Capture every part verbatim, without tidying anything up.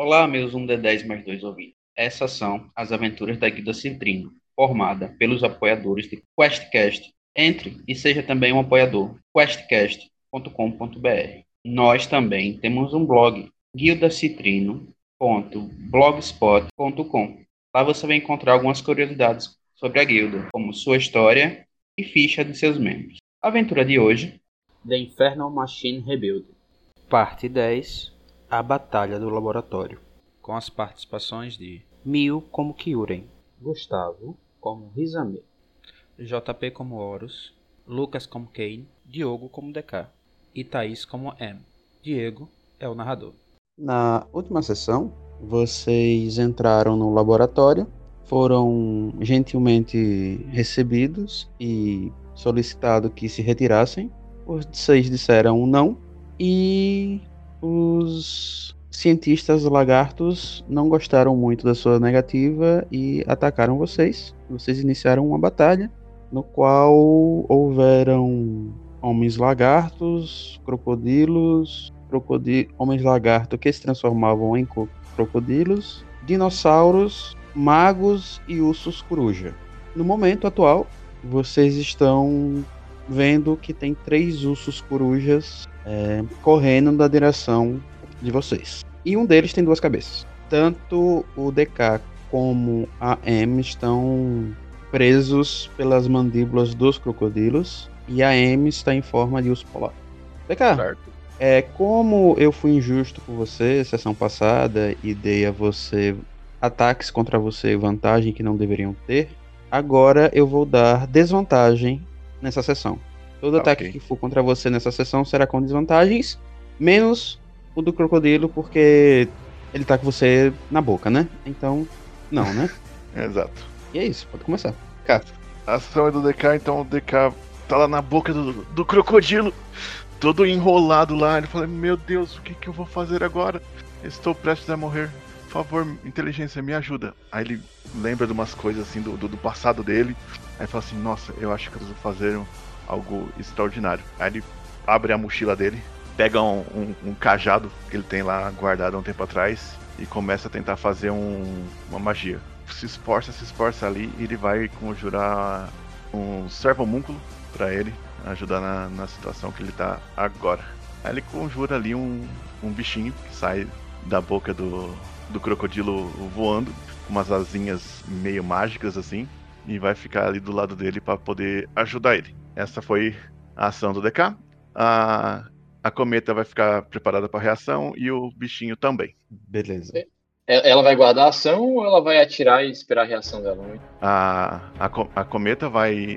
Olá, meus um d dez mais dois ouvintes. Essas são as aventuras da Guilda Citrino, formada pelos apoiadores de QuestCast. Entre e seja também um apoiador. questcast ponto com ponto b r. Nós também temos um blog, guilda citrino ponto blogspot ponto com. Lá você vai encontrar algumas curiosidades sobre a guilda, como sua história e ficha de seus membros. A aventura de hoje: The Infernal Machine Rebuild. Parte dez. A Batalha do Laboratório. Com as participações de Mio como Kyuren, Gustavo como Rizame, J P como Horus, Lucas como Kane, Diogo como D K e Thaís como M. Diego é o narrador. Na última sessão, vocês entraram no laboratório, foram gentilmente recebidos e solicitado que se retirassem. Vocês disseram não e os cientistas lagartos não gostaram muito da sua negativa e atacaram vocês. Vocês iniciaram uma batalha no qual houveram homens lagartos, crocodilos, crocodi- homens lagarto que se transformavam em co- crocodilos, dinossauros, magos e ursos coruja. No momento atual, vocês estão vendo que tem três ursos corujas é, correndo na direção de vocês. E um deles tem duas cabeças. Tanto o D K como a M estão presos pelas mandíbulas dos crocodilos. E a M está em forma de urso polar. D K, certo. É, como eu fui injusto com você sessão passada e dei a você ataques contra você vantagem que não deveriam ter, agora eu vou dar desvantagem nessa sessão. Todo ah, ataque okay. que for contra você nessa sessão será com desvantagens, menos o do crocodilo, porque ele tá com você na boca, né? Então, não, né? Exato. E é isso, pode começar. Cara, a ação é do D K, então o D K tá lá na boca do, do crocodilo, todo enrolado lá. Ele fala, meu Deus, o que, que eu vou fazer agora? Estou prestes a morrer. Por favor, inteligência, me ajuda. Aí ele lembra de umas coisas assim do, do, do passado dele. Aí fala assim, nossa, eu acho que eu vou fazer um, algo extraordinário. Aí ele abre a mochila dele, pega um, um, um cajado que ele tem lá guardado há um tempo atrás e começa a tentar fazer um, uma magia. Se esforça, se esforça ali e ele vai conjurar um servo-homúnculo pra ele ajudar na, na situação que ele tá agora. Aí ele conjura ali um, um bichinho que sai da boca do, do crocodilo voando, com umas asinhas meio mágicas assim, e vai ficar ali do lado dele para poder ajudar ele. Essa foi a ação do D K. A, a cometa vai ficar preparada para reação e o bichinho também. Beleza. Ela vai guardar a ação ou ela vai atirar e esperar a reação dela? A, a, a cometa vai...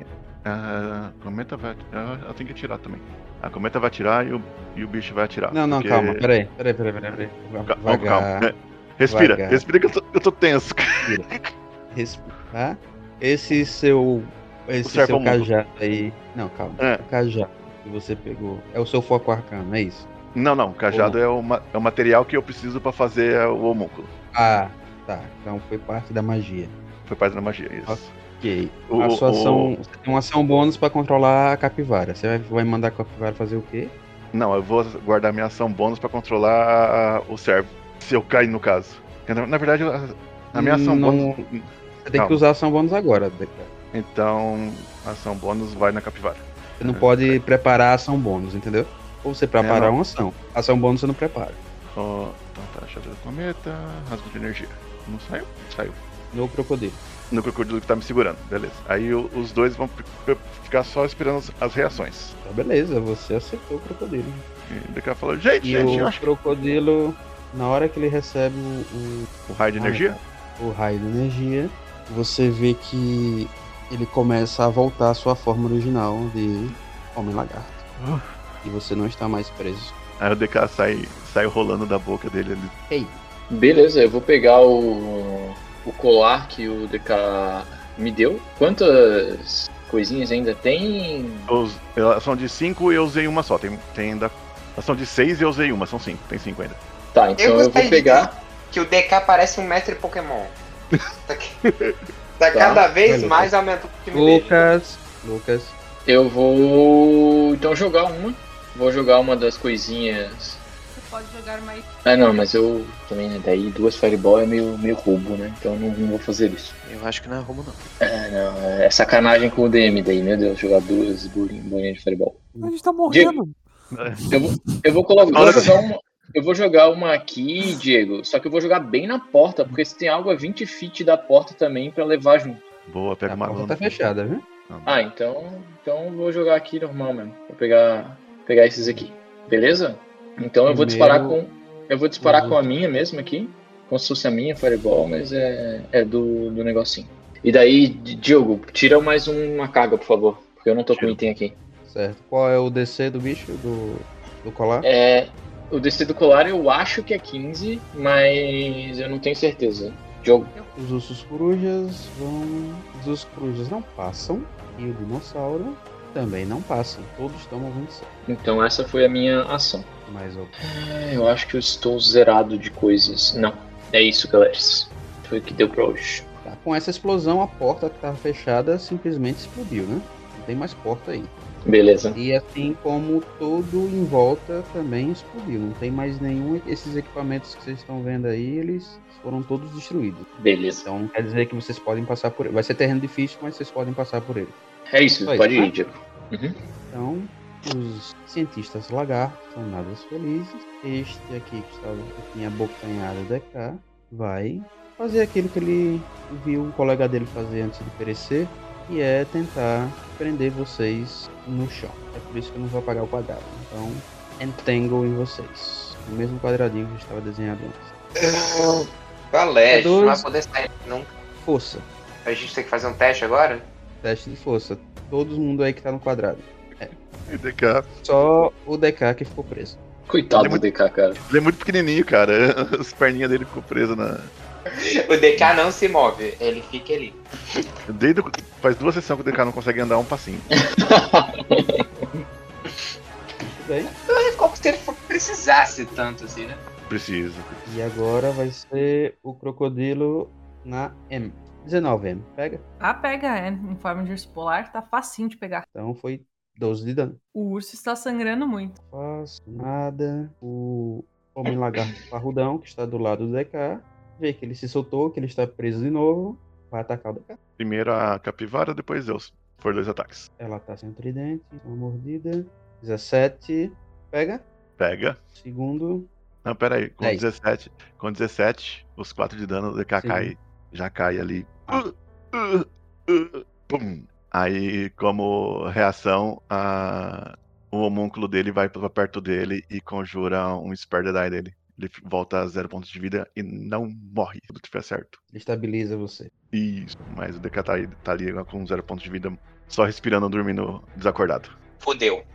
A cometa vai... Ela tem que atirar também. A cometa vai atirar e o, e o bicho vai atirar. Não, não, porque... calma, peraí, peraí, peraí, peraí, peraí. Calma, calma. Respira, vagar. respira que eu tô, eu tô tenso. Respira. Respira, tá? Esse seu... Esse seu cajado aí... Não, calma. É. O cajado que você pegou é o seu foco arcano, é isso? Não, não. O cajado é o, é o material que eu preciso pra fazer o homúnculo. Ah, tá. Então foi parte da magia. Foi parte da magia, isso. Ok. O, a sua ação... o... Você tem uma ação bônus pra controlar a capivara. Você vai, vai mandar a capivara fazer o quê? Não, eu vou guardar minha ação bônus pra controlar o servo. Se eu cair, no caso. Na, na verdade, a, a minha ação não... bônus... Você tem Calma. que usar a ação bônus agora, D K. Então, a ação bônus vai na capivara. Você não é. pode preparar a ação bônus, entendeu? Ou você prepara é, uma ação. A ação bônus você não prepara. Oh, então tá, chave do cometa, rasgo de energia. Não saiu? Saiu. No crocodilo. No crocodilo que tá me segurando, beleza. Aí o, os dois vão ficar só esperando as, as reações. Tá, beleza, você acertou o crocodilo. E daqui a falou, gente, e gente, o eu acho crocodilo, na hora que ele recebe o... O raio de energia? O raio de energia, você vê que ele começa a voltar à sua forma original de Homem-Lagarto. Uh. E você não está mais preso. Aí o D K sai, sai rolando da boca dele ali. Ei. Beleza, eu vou pegar o, o colar que o D K me deu. Quantas coisinhas ainda tem? Os, são de cinco e eu usei uma só. Tem, tem ainda. São de seis e eu usei uma, são cinco. Tem cinco ainda. Tá, então eu, eu vou pegar. Que o D K parece um mestre Pokémon. Tá, tá cada tá, vez beleza. mais aumenta o time Lucas, dele. Lucas. Eu vou então jogar uma. Vou jogar uma das coisinhas pode jogar mais. Ah, não, mas eu também, né? Daí duas Fireball é meio, meio roubo, né? Então não, não vou fazer isso. Eu acho que não é roubo, não. É, não, é sacanagem com o D M daí, meu Deus, jogar duas bolinhas bolinha de Fireball. A gente tá morrendo. Eu vou, eu vou colocar. Vou jogar uma, eu vou jogar uma aqui, Diego, só que eu vou jogar bem na porta, porque se tem algo a vinte feet da porta também pra levar junto. Boa, pega A uma porta tá fechada, viu? Ah, então. Então vou jogar aqui normal mesmo. Vou pegar, pegar esses aqui. Beleza? Então eu vou disparar com. Eu vou disparar com a minha mesmo aqui. Como se fosse a minha Fireball, mas é, é do, do negocinho. E daí, Diogo, tira mais uma carga, por favor. Porque eu não tô com item aqui. Certo. Qual é o D C do bicho, do, do colar? É. O D C do colar eu acho que é quinze, mas eu não tenho certeza. Diogo. Os ursos corujas vão. Os ursos corujas não passam. E o dinossauro também não passam. Todos tomam vinte e sete. Então essa foi a minha ação. Mais outro. Ah, eu acho que eu estou zerado de coisas. Não. É isso, galera. Foi o que deu pra hoje. Tá. Com essa explosão, a porta que estava fechada simplesmente explodiu, né? Não tem mais porta aí. Beleza. E assim como tudo em volta também explodiu. Não tem mais nenhum. Esses equipamentos que vocês estão vendo aí, eles foram todos destruídos. Beleza. Então não quer dizer que vocês podem passar por ele. Vai ser terreno difícil, mas vocês podem passar por ele. É isso, Só pode isso, ir, né? Diego. Uhum. Então, os cientistas lagartos são nada felizes. Este aqui que estava que tinha abocanhado o D K vai fazer aquilo que ele viu um colega dele fazer antes de perecer, que é tentar prender vocês no chão. É por isso que eu não vou apagar o quadrado. Então, entangle em vocês. O mesmo quadradinho que estava desenhado antes. Galera, É a gente não dois. vai poder sair nunca. Força. A gente tem que fazer um teste agora? Teste de força. Todo mundo aí que tá no quadrado. E D K. Só o D K que ficou preso. Coitado Ele é do muito- D K, cara. Ele é muito pequenininho, cara. As perninhas dele ficou presas na. O D K não se move, ele fica ali. Desde o- Faz duas sessões que o D K não consegue andar um passinho. Tudo bem? É como se ele precisasse tanto assim, né? Preciso. E agora vai ser o crocodilo na M. dezenove M. Pega. Ah, pega, é. Em forma de urso polar, tá facinho de pegar. Então foi doze de dano. O urso está sangrando muito. Faço nada. O homem lagarto parrudão, que está do lado do D K, vê que ele se soltou, que ele está preso de novo. Vai atacar o D K. Primeiro a capivara, depois Deus. Por dois ataques. Ela tá sem o tridente. Uma mordida. dezessete. Pega. Pega. Segundo. Não, pera aí. Com Dez. dezessete. Com dezessete, os quatro de dano, o D K Sim. cai. Já cai ali. Ah. Uh, uh, uh, pum. Aí, como reação, a... o homúnculo dele vai pra perto dele e conjura um Spare the Die dele. Ele volta a zero pontos de vida e não morre, se tudo estiver certo. Ele estabiliza você. Isso, mas o D K tá, aí, tá ali com zero pontos de vida, só respirando, dormindo, desacordado. Fudeu.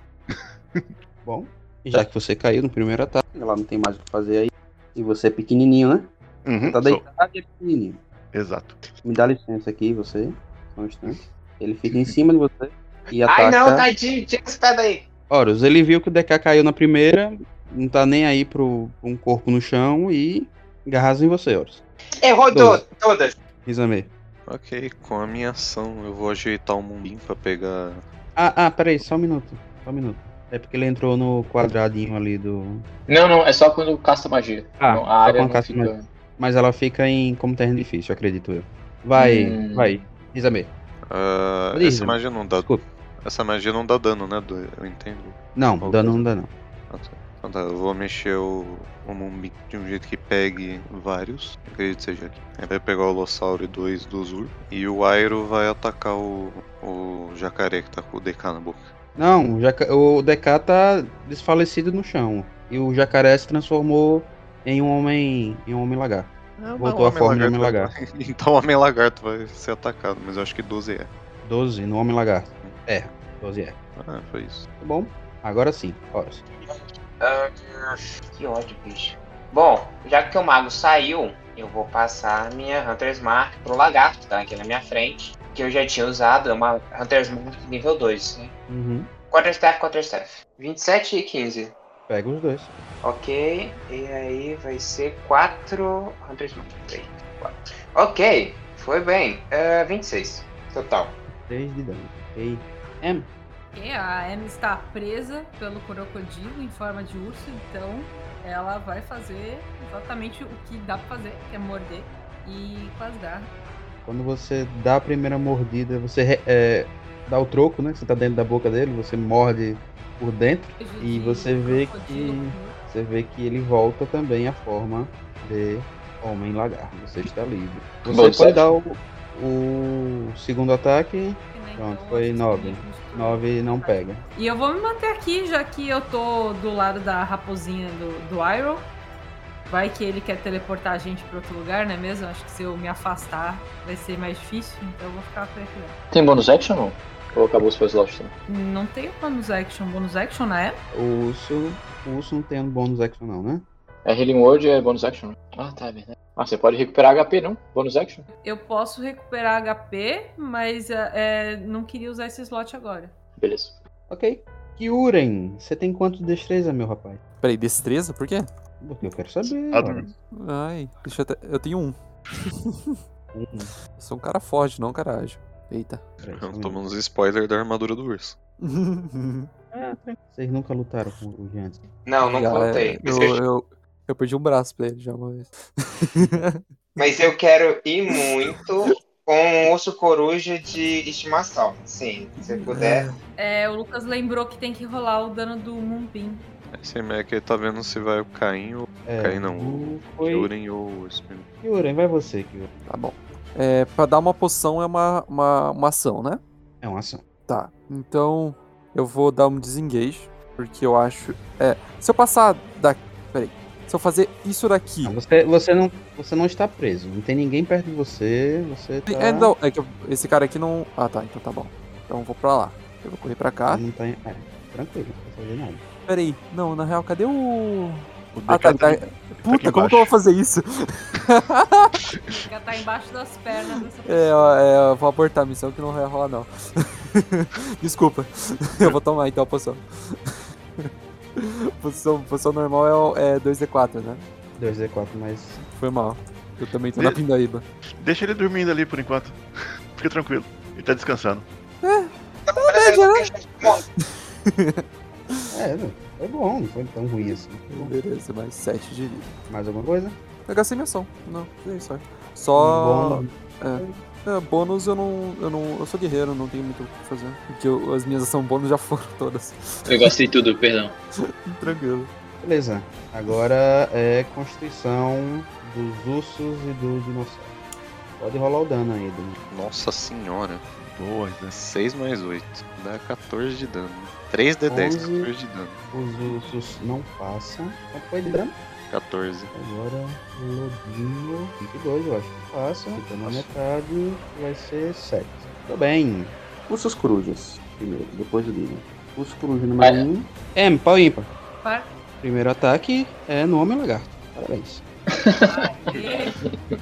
Bom, já que você caiu no primeiro ataque, ela não tem mais o que fazer aí. E você é pequenininho, né? Uhum, Tá sou. deitado e é pequenininho. Exato. Me dá licença aqui, você. Só um instante. Ele fica em cima de você e ataca. Ai não, tadinho, tira esse pé daí. Horus, ele viu que o D K caiu na primeira, não tá nem aí pro pra um corpo no chão e arrasa em você, Horus. Errou Doze. to- todas. Rizame. Ok, com a minha ação eu vou ajeitar o mundinho pra pegar. Ah, ah, peraí, só um minuto. Só um minuto. É porque ele entrou no quadradinho ali do. Não, não, é só quando casta magia. Ah, Não, só a área quando não casta fica... magia. Mas ela fica em como terreno difícil, acredito eu. Vai, Hum. vai. Rizame. Ah, Pode ir, essa Zé. magia não dá. Desculpa. Essa magia não dá dano, né? do- Eu entendo. Não, Ok. dano não dá não. Ah, tá. Então tá, eu vou mexer o, o Mumbi de um jeito que pegue vários. Acredito que seja aqui. Aí vai pegar o Lossauro e dois do Zur. E o Airo vai atacar o, o jacaré que tá com o D K na boca. Não, o, jaca... o D K tá desfalecido no chão. E o jacaré se transformou em um homem. em um homem lagarto. Não, Voltou mas à forma de Homem homem lagarto. vai- Então o Homem Lagarto vai ser atacado, mas eu acho que doze é. doze no homem lagarto. É, doze é. Ah, foi isso. Tá bom, agora sim, Horus. Ah, que ódio, bicho. Bom, já que o mago saiu, eu vou passar a minha Hunter's Mark pro lagarto, tá aqui na minha frente. Que eu já tinha usado, é uma Hunter's Mark nível dois, né? Uhum. Quarterstaff, Quarterstaff. vinte e sete e quinze. Pega os dois. Ok, e aí vai ser quatro Hunter's Mark. três, quatro. Ok, foi bem. Uh, vinte e seis, total. três de dano. Ok. M. E a Amy está presa pelo crocodilo em forma de urso, então ela vai fazer exatamente o que dá pra fazer, que é morder e com as garras. Quando você dá a primeira mordida, você é, dá o troco, né? Você tá dentro da boca dele, você morde por dentro e você vê que você vê que ele volta também à forma de homem lagarto. Você está livre. Você Bom, pode certo. dar o, o segundo ataque. Pronto, foi nove. nove não pega. E eu vou me manter aqui, já que eu tô do lado da raposinha do, do Iroh. Vai que ele quer teleportar a gente pra outro lugar, não é mesmo? Acho que se eu me afastar vai ser mais difícil, então eu vou ficar por aqui. Tem bônus action ou não? Ou acabou os seus slots também? Não tem bônus action. Bônus action, né? O urso, o urso não tem um bônus action não, né? É Healing Word e é bônus action. Ah, tá, é verdade. Ah, você pode recuperar H P, não? Bônus action? Eu posso recuperar H P, mas é, não queria usar esse slot agora. Beleza. Ok. Kyuren, você tem quanto de destreza, meu rapaz? Peraí, destreza? Por quê? Porque eu quero saber. Ah, ora. Ai, deixa eu até... Eu tenho um. Um, Eu sou um cara forte, não um cara ágil. Eita. peraí, só um minuto. Tomamos spoiler da armadura do urso. Ah, Vocês nunca lutaram com o gigantes? Não, não Já, contei. é, Mas eu, eu, eu, eu perdi um braço pra ele já uma vez. mas eu quero ir muito com um urso coruja de estimação. Sim, se puder. É, o Lucas lembrou que tem que rolar o dano do Moonbeam. Esse Mac aí tá vendo se vai o Caim ou. É, Caim não, o o- foi... Kyuren ou o urso. Kyuren, vai você, Kyuren. Tá bom. É, pra dar uma poção é uma, uma, uma ação, né? É uma ação. Tá. Então eu vou dar um desengage. Porque eu acho. É. Se eu passar da. Peraí. Se eu fazer isso daqui. Ah, você, você, não, você não está preso. Não tem ninguém perto de você. Você tá... É, não, é que eu- esse cara aqui não. Ah, tá. Então tá bom. Então eu vou pra lá. Eu vou correr pra cá. Não tá... É, tranquilo, não vai fazer nada. Peraí. Não, na real, cadê o. O Ah, tá. D K tá... aqui Puta, como embaixo. que eu vou fazer isso? Já tá embaixo das pernas dessa É, pessoa. é, eu vou abortar a missão que não vai rolar, não. Desculpa. Eu vou tomar então a poção. Posição, posição normal é, é dois D quatro, né? dois D quatro, mas... Foi mal. Eu também tô na De- pindaíba. Deixa ele dormindo ali por enquanto. Fica tranquilo. Ele tá descansando. É, não, foi bom. Não foi tão ruim assim. Foi bom. Beleza, mais sete de vida. Mais alguma coisa? Eu gastei minha ação. Não, é isso aí. Só. Bônus. É, bônus eu não, eu não. Eu sou guerreiro, não tenho muito o que fazer. Porque eu- as minhas ação bônus já foram todas. Eu gastei tudo, perdão. Tranquilo. Beleza. Agora é Constituição dos ursos e do dinossauro. Pode rolar o dano aí, Dano. Nossa senhora. Dois, né? seis mais oito. Dá quatorze de dano. três D dez, onze. quatorze de dano. Os ursos não passam. Quanto foi de dano? quatorze. Agora, Lodinho. vinte e dois, eu acho que passa. Fica na metade, vai ser sete. Tudo bem. Ursos corujas, primeiro, depois do Dino. Urso coruja número Vai. um. É, pau ímpar. Par- Primeiro ataque é no Homem Lagarto. Parabéns. Aê.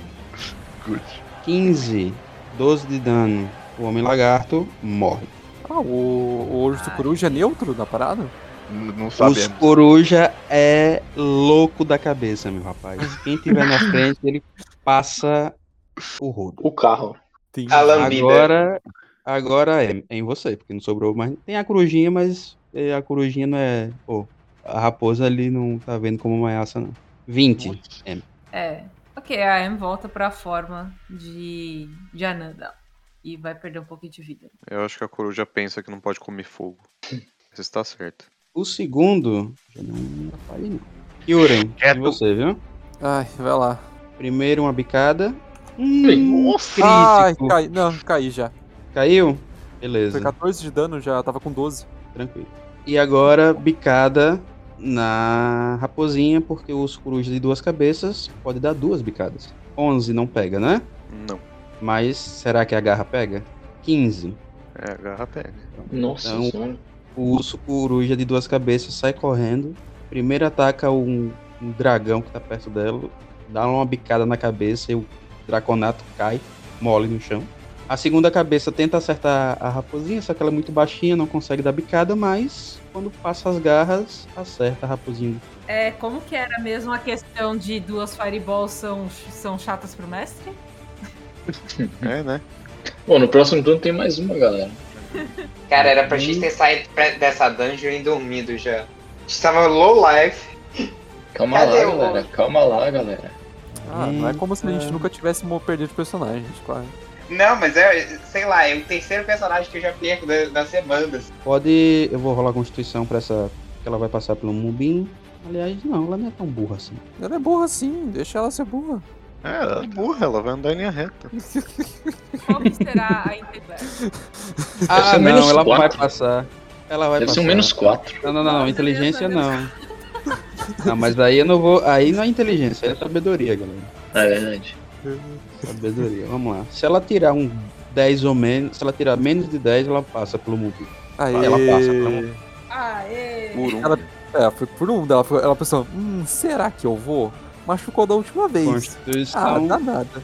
Good. quinze, doze de dano. O Homem Lagarto morre. Ah, o, o urso coruja é neutro na parada? N- Não Os sabemos. coruja é louco da cabeça, meu rapaz. Quem tiver na frente, ele passa o rodo. O carro. Tem. A lambida. Agora, agora é, é em você, porque não sobrou mais. Tem a corujinha, mas é, a corujinha não é. Pô, a raposa ali não tá vendo como uma ameaça, não. vinte. É. É. Ok, a Em volta pra forma de, de anã dela. E vai perder um pouquinho de vida. Eu acho que a coruja pensa que não pode comer fogo. Você está certo. O segundo, já não atrapalhe, não. Kyuren, é Quieto. você, viu? Ai, vai lá. Primeiro uma bicada. Hum, Nossa! Ai, crítico. cai. Não, caí já. Caiu? Foi Beleza, quatorze de dano, já tava com doze. tranquilo. E agora, bicada na raposinha, porque os corujas de duas cabeças pode dar duas bicadas. onze não pega, né? Não. Mas será que a garra pega? quinze. É, a garra pega. Nossa Então- senhora. O urso coruja de duas cabeças sai correndo. Primeiro ataca um, um dragão que tá perto dela. Dá uma bicada na cabeça e o draconato cai, mole no chão. A segunda cabeça tenta acertar a raposinha, só que ela é muito baixinha, não consegue dar bicada, mas quando passa as garras, acerta a raposinha. É, como que era mesmo a questão de duas fireballs são, são chatas pro mestre? É, né? Bom, no próximo turno tem mais uma, galera. Cara, era pra gente ter saído pre- dessa dungeon e dormido já. A gente tava low life. Calma Cadê lá, o- galera. Calma lá, galera. Ah, não é como se a gente Eita. nunca tivesse mo- perdido personagem, gente, claro. Não, mas é, sei lá, é o terceiro personagem que eu já perco da- das semanas. Pode. Eu vou rolar a Constituição pra essa. Que ela vai passar pelo Mumbim. Aliás, não, ela não é tão burra assim. Ela é burra sim, deixa ela ser burra. É, ela é burra, ela vai andar em linha reta. Qual que será a inteligência? Ah, ser não, menos ela vai quatro. passar. Ela vai Deve ser passar. um menos quatro. Não, não, não, não, Nossa, inteligência Deus, não. Não, mas aí eu não vou. Aí não é inteligência, aí é sabedoria, galera. É verdade. Sabedoria, vamos lá. Se ela tirar um dez ou menos, se ela tirar menos de dez, ela passa pelo Mumbim. Aí Ela passa pelo Aê! Por um. Ela, é, foi por um dela, ela pensou, hum, será que eu vou? Machucou da última vez. Ah, Constituição. dá nada.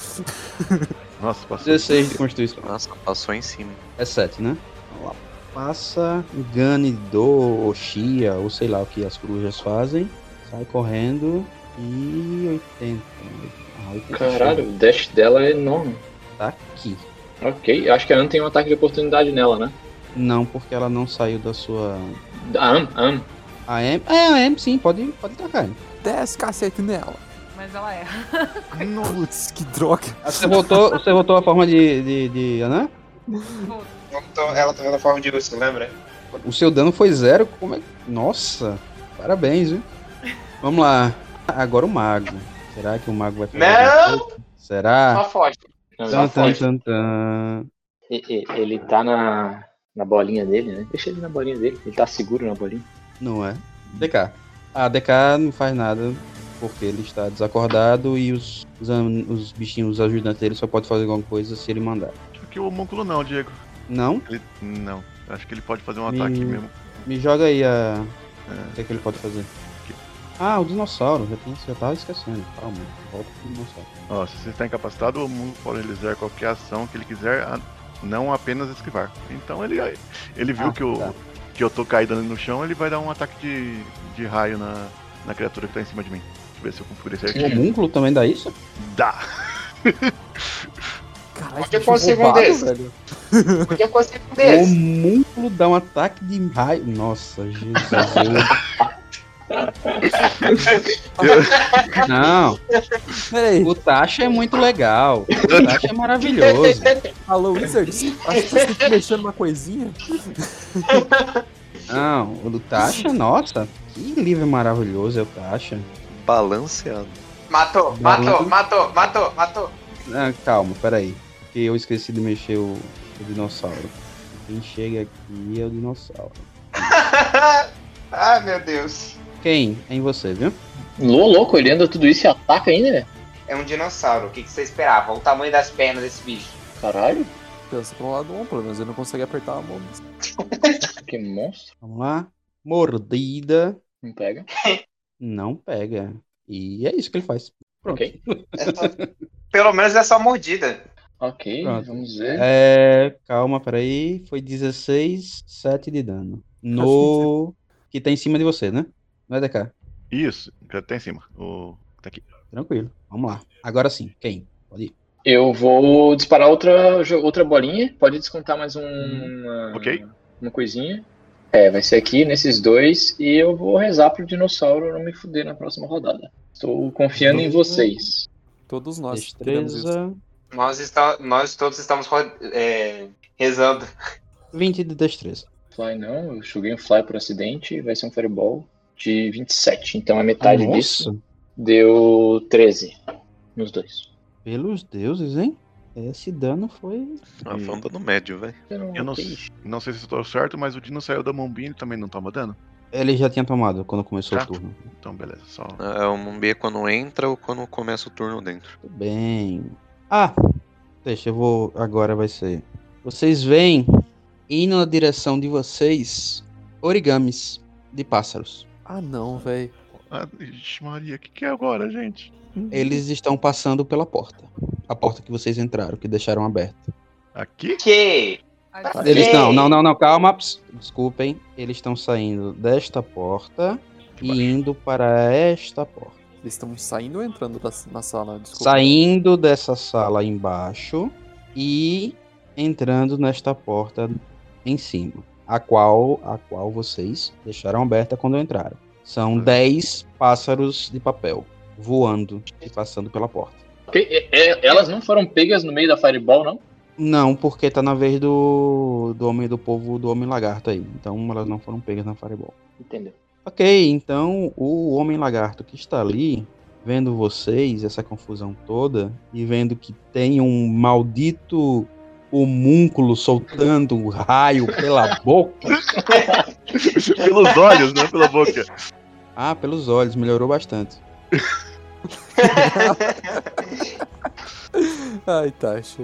Nossa, passou. dezesseis de Constituição. Nossa, passou em cima. É sete, né? Vamos lá. Passa, engane do ou chia, ou sei lá o que as corujas fazem. Sai correndo. E oitenta. Ah, oitenta Caralho, o dash dela é enorme. tá aqui. Ok, acho que a Anne tem um ataque de oportunidade nela, né? Não, porque ela não saiu da sua. A Anne, a Anne. A M. É, a M sim, pode, pode tacar. Desce cacete nela. Mas ela erra. Putz, que droga. Ah, Você voltou, você voltou a forma de, de, de Anã? Então, ela tá na forma de urso, lembra? O seu dano foi zero? Como é? Nossa, parabéns, viu? Vamos lá. Agora o mago. Será que o mago vai fazer Não! alguma coisa? Será? Só foge. Não, Tan, ele, tan, foge. tan, tan. e- e- ele tá na, na bolinha dele, né? Deixa ele na bolinha dele. Ele tá seguro na bolinha. Não é? D K. Ah, D K não faz nada porque ele está desacordado e os, os, am- os bichinhos, os ajudantes dele só podem fazer alguma coisa se ele mandar. Acho que o homúnculo não, Diego. Não? Ele... Não. Acho que ele pode fazer um Me- ataque mesmo. Me joga aí a. É. O que é que ele pode fazer? Ah, o dinossauro. Já, tinha, já tava esquecendo. Calma. Volta pro dinossauro. Ó, se você está incapacitado, o homúnculo pode realizar qualquer ação que ele quiser, a- não apenas esquivar. Então ele, ele viu Ah, que, eu, tá. que eu tô caído ali no chão, ele vai dar um ataque de, de raio na, na criatura que tá em cima de mim. Deixa eu ver se eu configurei O certinho. homúnculo também dá isso? Dá! Caralho, Onde eu bicho consigo um roubado, desse? velho. Porque eu consigo um O desse. homúnculo dá um ataque de raio. Nossa, Jesus. eu- Não, Peraí, o Tasha é muito legal. O Tasha é maravilhoso. alô, Wizard? Acho que você tem que mexer numa coisinha. Não, o do Tasha, nossa, que livro maravilhoso é o Tasha. Balanceado. Matou, matou, matou, matou, matou. Ah, calma, peraí. Porque eu esqueci de mexer o, o dinossauro. Quem chega aqui é o dinossauro. Ai, meu Deus. Quem? É em você, viu? Lô, louco, ele anda tudo isso e ataca ainda, né? É um dinossauro. O que, que você esperava? O tamanho das pernas desse bicho. Caralho, Pensa pro lado bom, pelo menos ele não consegue apertar a mão. que monstro. Vamos lá. Mordida. Não pega. Não pega. E é isso que ele faz. Pronto. Ok. É só- Pelo menos é só mordida. Ok, Pronto. vamos ver. É, calma, peraí. Foi dezesseis, sete de dano. No. Que tá em cima de você, né? Não é D K? Isso, que tá em cima. O... Tá aqui. Tranquilo. Vamos lá. Agora sim. Quem? Pode ir. Eu vou disparar outra, jo- outra bolinha. Pode descontar mais um, uma, Ok. uma coisinha. É, vai ser aqui nesses dois. E eu vou rezar pro dinossauro não me fuder na próxima rodada. Estou confiando em vocês. Todos nós queremos isso. Destreza. Nós, está, nós todos estamos ro- é, rezando. vinte de destreza. Fly não, eu joguei um fly por acidente. Vai ser um fireball de vinte e sete. Então é metade Nossa. disso. Deu treze nos dois. Pelos deuses, hein? Esse dano foi. Ah, foi um dano médio, velho. Eu não, Ok. não sei se eu tô certo, mas o Dino saiu da Mombini também não toma dano? Ele já tinha tomado quando começou Já? o turno. Então beleza, só. É o Mumbi quando entra ou quando começa o turno dentro. Tudo bem. Ah, deixa, eu vou. Agora vai ser. Vocês veem indo na direção de vocês origamis de pássaros. Ah, não, velho. Ah, ixi, Maria, o que, que é agora, gente? Eles estão passando pela porta. A porta que vocês entraram, que deixaram aberta. Aqui? Que? Eles Ei! não, não, não, não, calma. ps, Desculpem. Eles estão saindo desta porta e indo para esta porta. Eles estão saindo ou entrando da, na sala? Desculpa. Saindo dessa sala embaixo e entrando nesta porta em cima, a qual a qual vocês deixaram aberta quando entraram. São dez pássaros de papel voando e passando pela porta. Ok, é- é- Elas não foram pegas no meio da Fireball, não? Não, porque tá na vez do, do Homem do Povo, do Homem Lagarto aí. Então elas não foram pegas na Fireball. Entendeu? Ok, então o Homem Lagarto que está ali, vendo vocês, essa confusão toda, e vendo que tem um maldito homúnculo soltando um raio pela boca. Pelos olhos, não pela boca. Ah, pelos olhos, melhorou bastante. Ai, Tasha.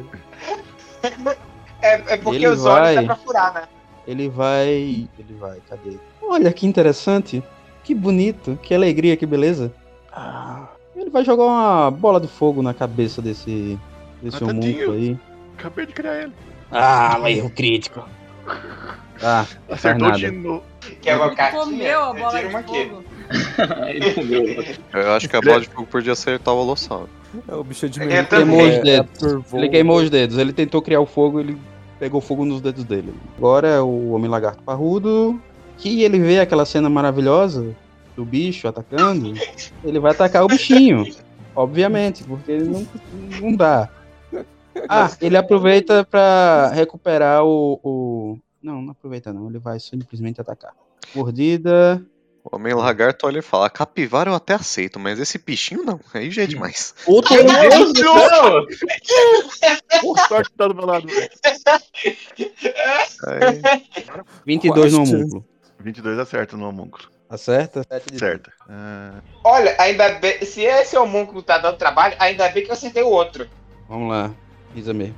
É, é porque Ele os olhos vai- dá pra furar, né? Ele vai. Ele vai, cadê? Olha que interessante. Que bonito, que alegria, que beleza. Ah, ele vai jogar uma bola de fogo na cabeça desse, desse Ah, tadinho. homúnculo aí. Acabei de criar ele. Ah, mas erro crítico. Ah, não faz Acertou nada. de novo. Quer uma Ele cartinha? comeu a Eu bola tiro uma de aqui. fogo. Ele comeu. Eu acho que a bola de fogo podia acertar o Alossauro. É, o bicho é de Ele meio. queimou os é, dedos. absorvou- Ele queimou os dedos. Ele tentou criar o fogo, ele pegou fogo nos dedos dele. Agora é o Homem Lagarto Parrudo. Que ele vê aquela cena maravilhosa do bicho atacando. Ele vai atacar o bichinho. Obviamente, porque ele não, não dá. Ah, ele aproveita pra recuperar o, o. Não, não aproveita não. Ele vai simplesmente atacar. Mordida. O Homem Lagarto olha e fala: capivara eu até aceito, mas esse bichinho não. Aí já é demais. Outro Meu Deus do céu! Por sorte que tá do meu lado. Aí, vinte e dois no Quase. homúnculo. vinte e dois acerta no homúnculo. Acerta? Certo. Ah, Olha, ainda bem. Se esse homúnculo tá dando trabalho, ainda bem que eu acertei o outro. Vamos lá. Rizame.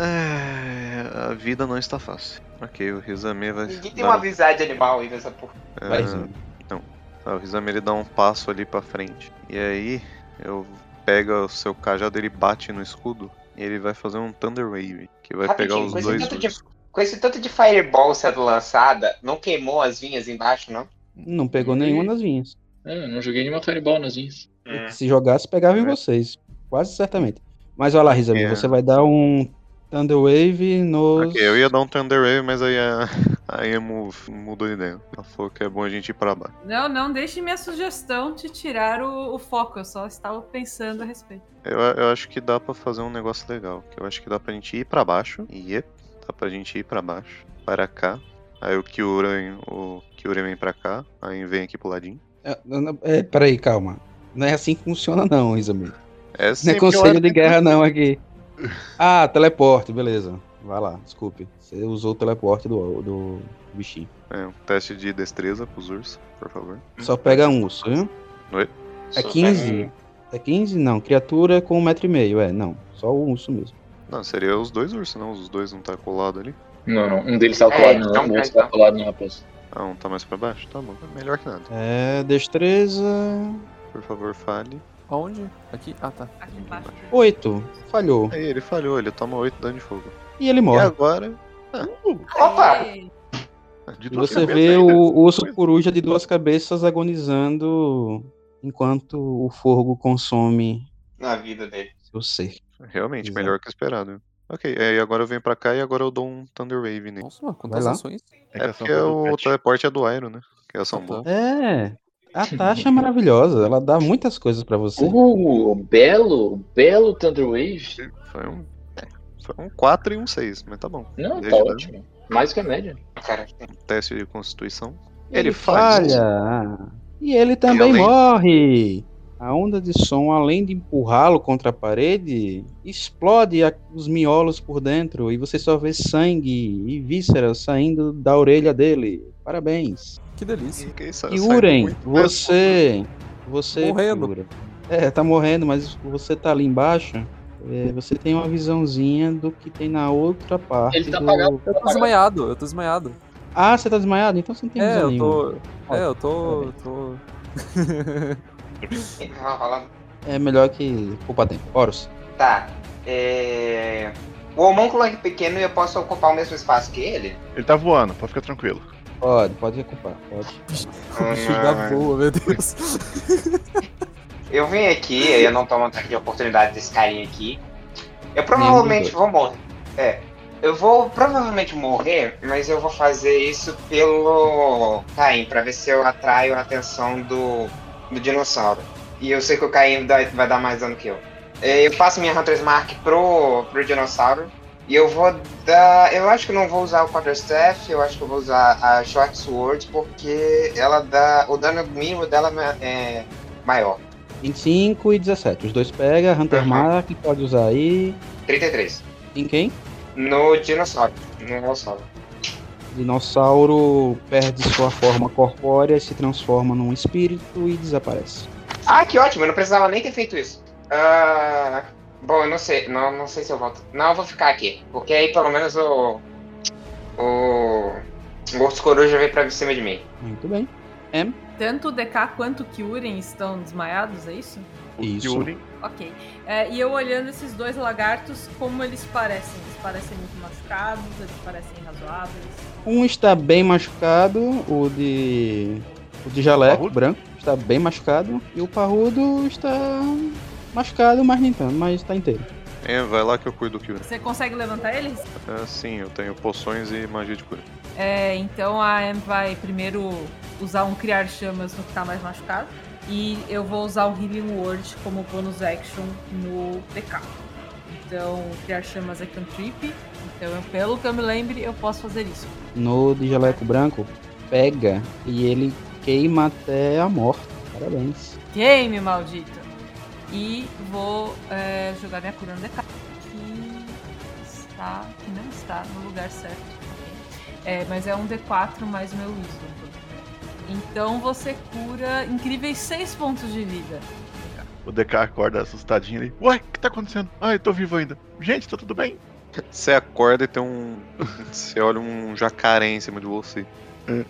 é, a vida não está fácil. Ok, o Rizame vai. Ninguém tem dar uma um- amizade animal aí nessa porra. é, Vai, Rizame. Ah, o Rizame ele dá um passo ali pra frente. E aí, eu pego o seu cajado, ele bate no escudo. E ele vai fazer um Thunder Wave. Que vai Rapidinho, pegar os com esse dois tanto de- ursos. Com esse tanto de Fireball sendo lançada, não queimou as vinhas embaixo, não? Não pegou nenhuma das vinhas. É, eu não joguei nenhuma Fireball nas vinhas. Hum. Se jogasse, pegava em É. vocês. Quase certamente. Mas olha lá, Rizame, É. você vai dar um Thunder Wave nos. Ok, eu ia dar um Thunder Wave, mas aí a, a Emo mudou de ideia. Ela falou que é bom a gente ir pra baixo. Não, não deixe minha sugestão de tirar o, o foco. Eu só estava pensando a respeito. Eu, eu acho que dá pra fazer um negócio legal. Que eu acho que dá pra gente ir pra baixo. Yep, dá pra gente ir pra baixo. Para cá. Aí o Kyuren, o Kyuren vem pra cá. Aí vem aqui pro ladinho. É, não, é, peraí, calma. Não é assim que funciona, não, Rizame. É Não é sempre conselho hora de que- guerra, não, aqui. Ah, teleporte, beleza. Vai lá, desculpe. Você usou o teleporte do, do bichinho. É, um teste de destreza pros ursos, por favor. Só pega um urso, viu? É Só quinze? pega É quinze? Não, criatura com um metro e meio, é, não. Só o urso mesmo. Não, seria os dois ursos, não? Os dois não tá colado ali. Não, não. Um deles tá É, colado no então outro, pega, tá então. colado no raposo. Ah, um tá mais pra baixo? Tá bom. É melhor que nada. É, destreza... Por favor, fale. Aonde? Aqui? Ah, tá. Aqui embaixo. oito. Falhou. Aí, ele falhou, ele toma oito dano de fogo. E ele E morre. agora, Opa! Aê! de E duas você cabeças vê ainda. o, o urso coruja de duas cabeças agonizando enquanto o fogo consome Na vida dele. seu ser. realmente, Exato. melhor que esperado. Ok, aí agora eu venho pra cá e agora eu dou um Thunder Wave nele. Nossa, mano, quantas lá. ações? É que É essa porque foi do o pet. teleporte é do Iron, né? Que é ação Ah, boa. tá. É, a taxa é maravilhosa, ela dá muitas coisas pra você. Uh, belo, belo Thunder Wave. Foi um. é, Foi um quatro e um seis, mas tá bom. Não, Desde tá dano. ótimo. Mais que a média. Cara, Um teste de constituição. Ele Ele faz. falha. E ele também além- morre. A onda de som, além de empurrá-lo contra a parede, explode a- os miolos por dentro e você só vê sangue e vísceras saindo da orelha dele. Parabéns. Que delícia. Que isso, E sai Uren, muito mais você. Você. Morrendo. Kyura. É, tá morrendo, mas você tá ali embaixo. é, você tem uma visãozinha do que tem na outra parte. Ele tá do... apagado. Eu tô desmaiado, eu tô desmaiado. Ah, você tá desmaiado? Então você não tem É, visão eu nenhuma. tô. É, eu tô. eu tô... vai falando. É melhor que culpa tempo. Horus. Tá. É... O homúnculo é pequeno e eu posso ocupar o mesmo espaço que ele? Ele tá voando, pode ficar tranquilo. Pode, pode ocupar, pode. O bicho da boa, meu Deus. Eu vim aqui, eu não tomo um ataque de oportunidade desse carinha aqui. Eu provavelmente dois. vou morrer. É. Eu vou provavelmente morrer, mas eu vou fazer isso pelo Caim, pra ver se eu atraio a atenção do, do dinossauro. E eu sei que o Caim vai dar mais dano que eu. Eu passo minha Hunter's Mark pro, pro dinossauro. E eu vou dar... Eu acho que eu não vou usar o Quarterstaff, eu acho que eu vou usar a Short Sword, porque ela dá... O dano mínimo dela é maior. vinte e cinco e dezessete. Os dois pega, Hunter uhum. Mark, pode usar aí. trinta e três. Em quem? No dinossauro. No dinossauro. Dinossauro perde sua forma corpórea, se transforma num espírito e desaparece. Ah, que ótimo, eu não precisava nem ter feito isso. Uh, bom, eu não sei, não, não sei se eu volto. Não, eu vou ficar aqui, porque aí pelo menos o... O... O Urso Coruja veio pra cima de mim. Muito bem. M. Tanto o D K quanto o Kyuren estão desmaiados, é isso? Isso. Kyuren. Ok. É, e eu olhando esses dois lagartos, como eles parecem? Eles parecem muito machucados, eles parecem razoáveis? Um está bem machucado, o de... O de jaleco Parrudo? branco está bem machucado. E o parrudo está machucado, mas nem tanto, mas está inteiro. É, vai lá que eu cuido do Kyuren. Você consegue levantar eles? É, sim, eu tenho poções e magia de cura. É, então a Em vai primeiro usar um Criar Chamas no que tá mais machucado. E eu vou usar o Healing Word como bonus action no D K. Então, Criar Chamas é cantrip. Então, eu, pelo que eu me lembre, eu posso fazer isso. No de jaleco branco, pega e ele queima até a morte. Parabéns. Game, maldito! E vou é, jogar minha cura no D K. Que está... Que não está no lugar certo. Okay. É, mas é um D quatro mais meu Wisdom. Então você cura incríveis seis pontos de vida. O D K acorda assustadinho ali. Ué, o que tá acontecendo? Ah, eu tô vivo ainda. Gente, tá tudo bem? Você acorda e tem um... Você olha um jacaré em cima de você. É.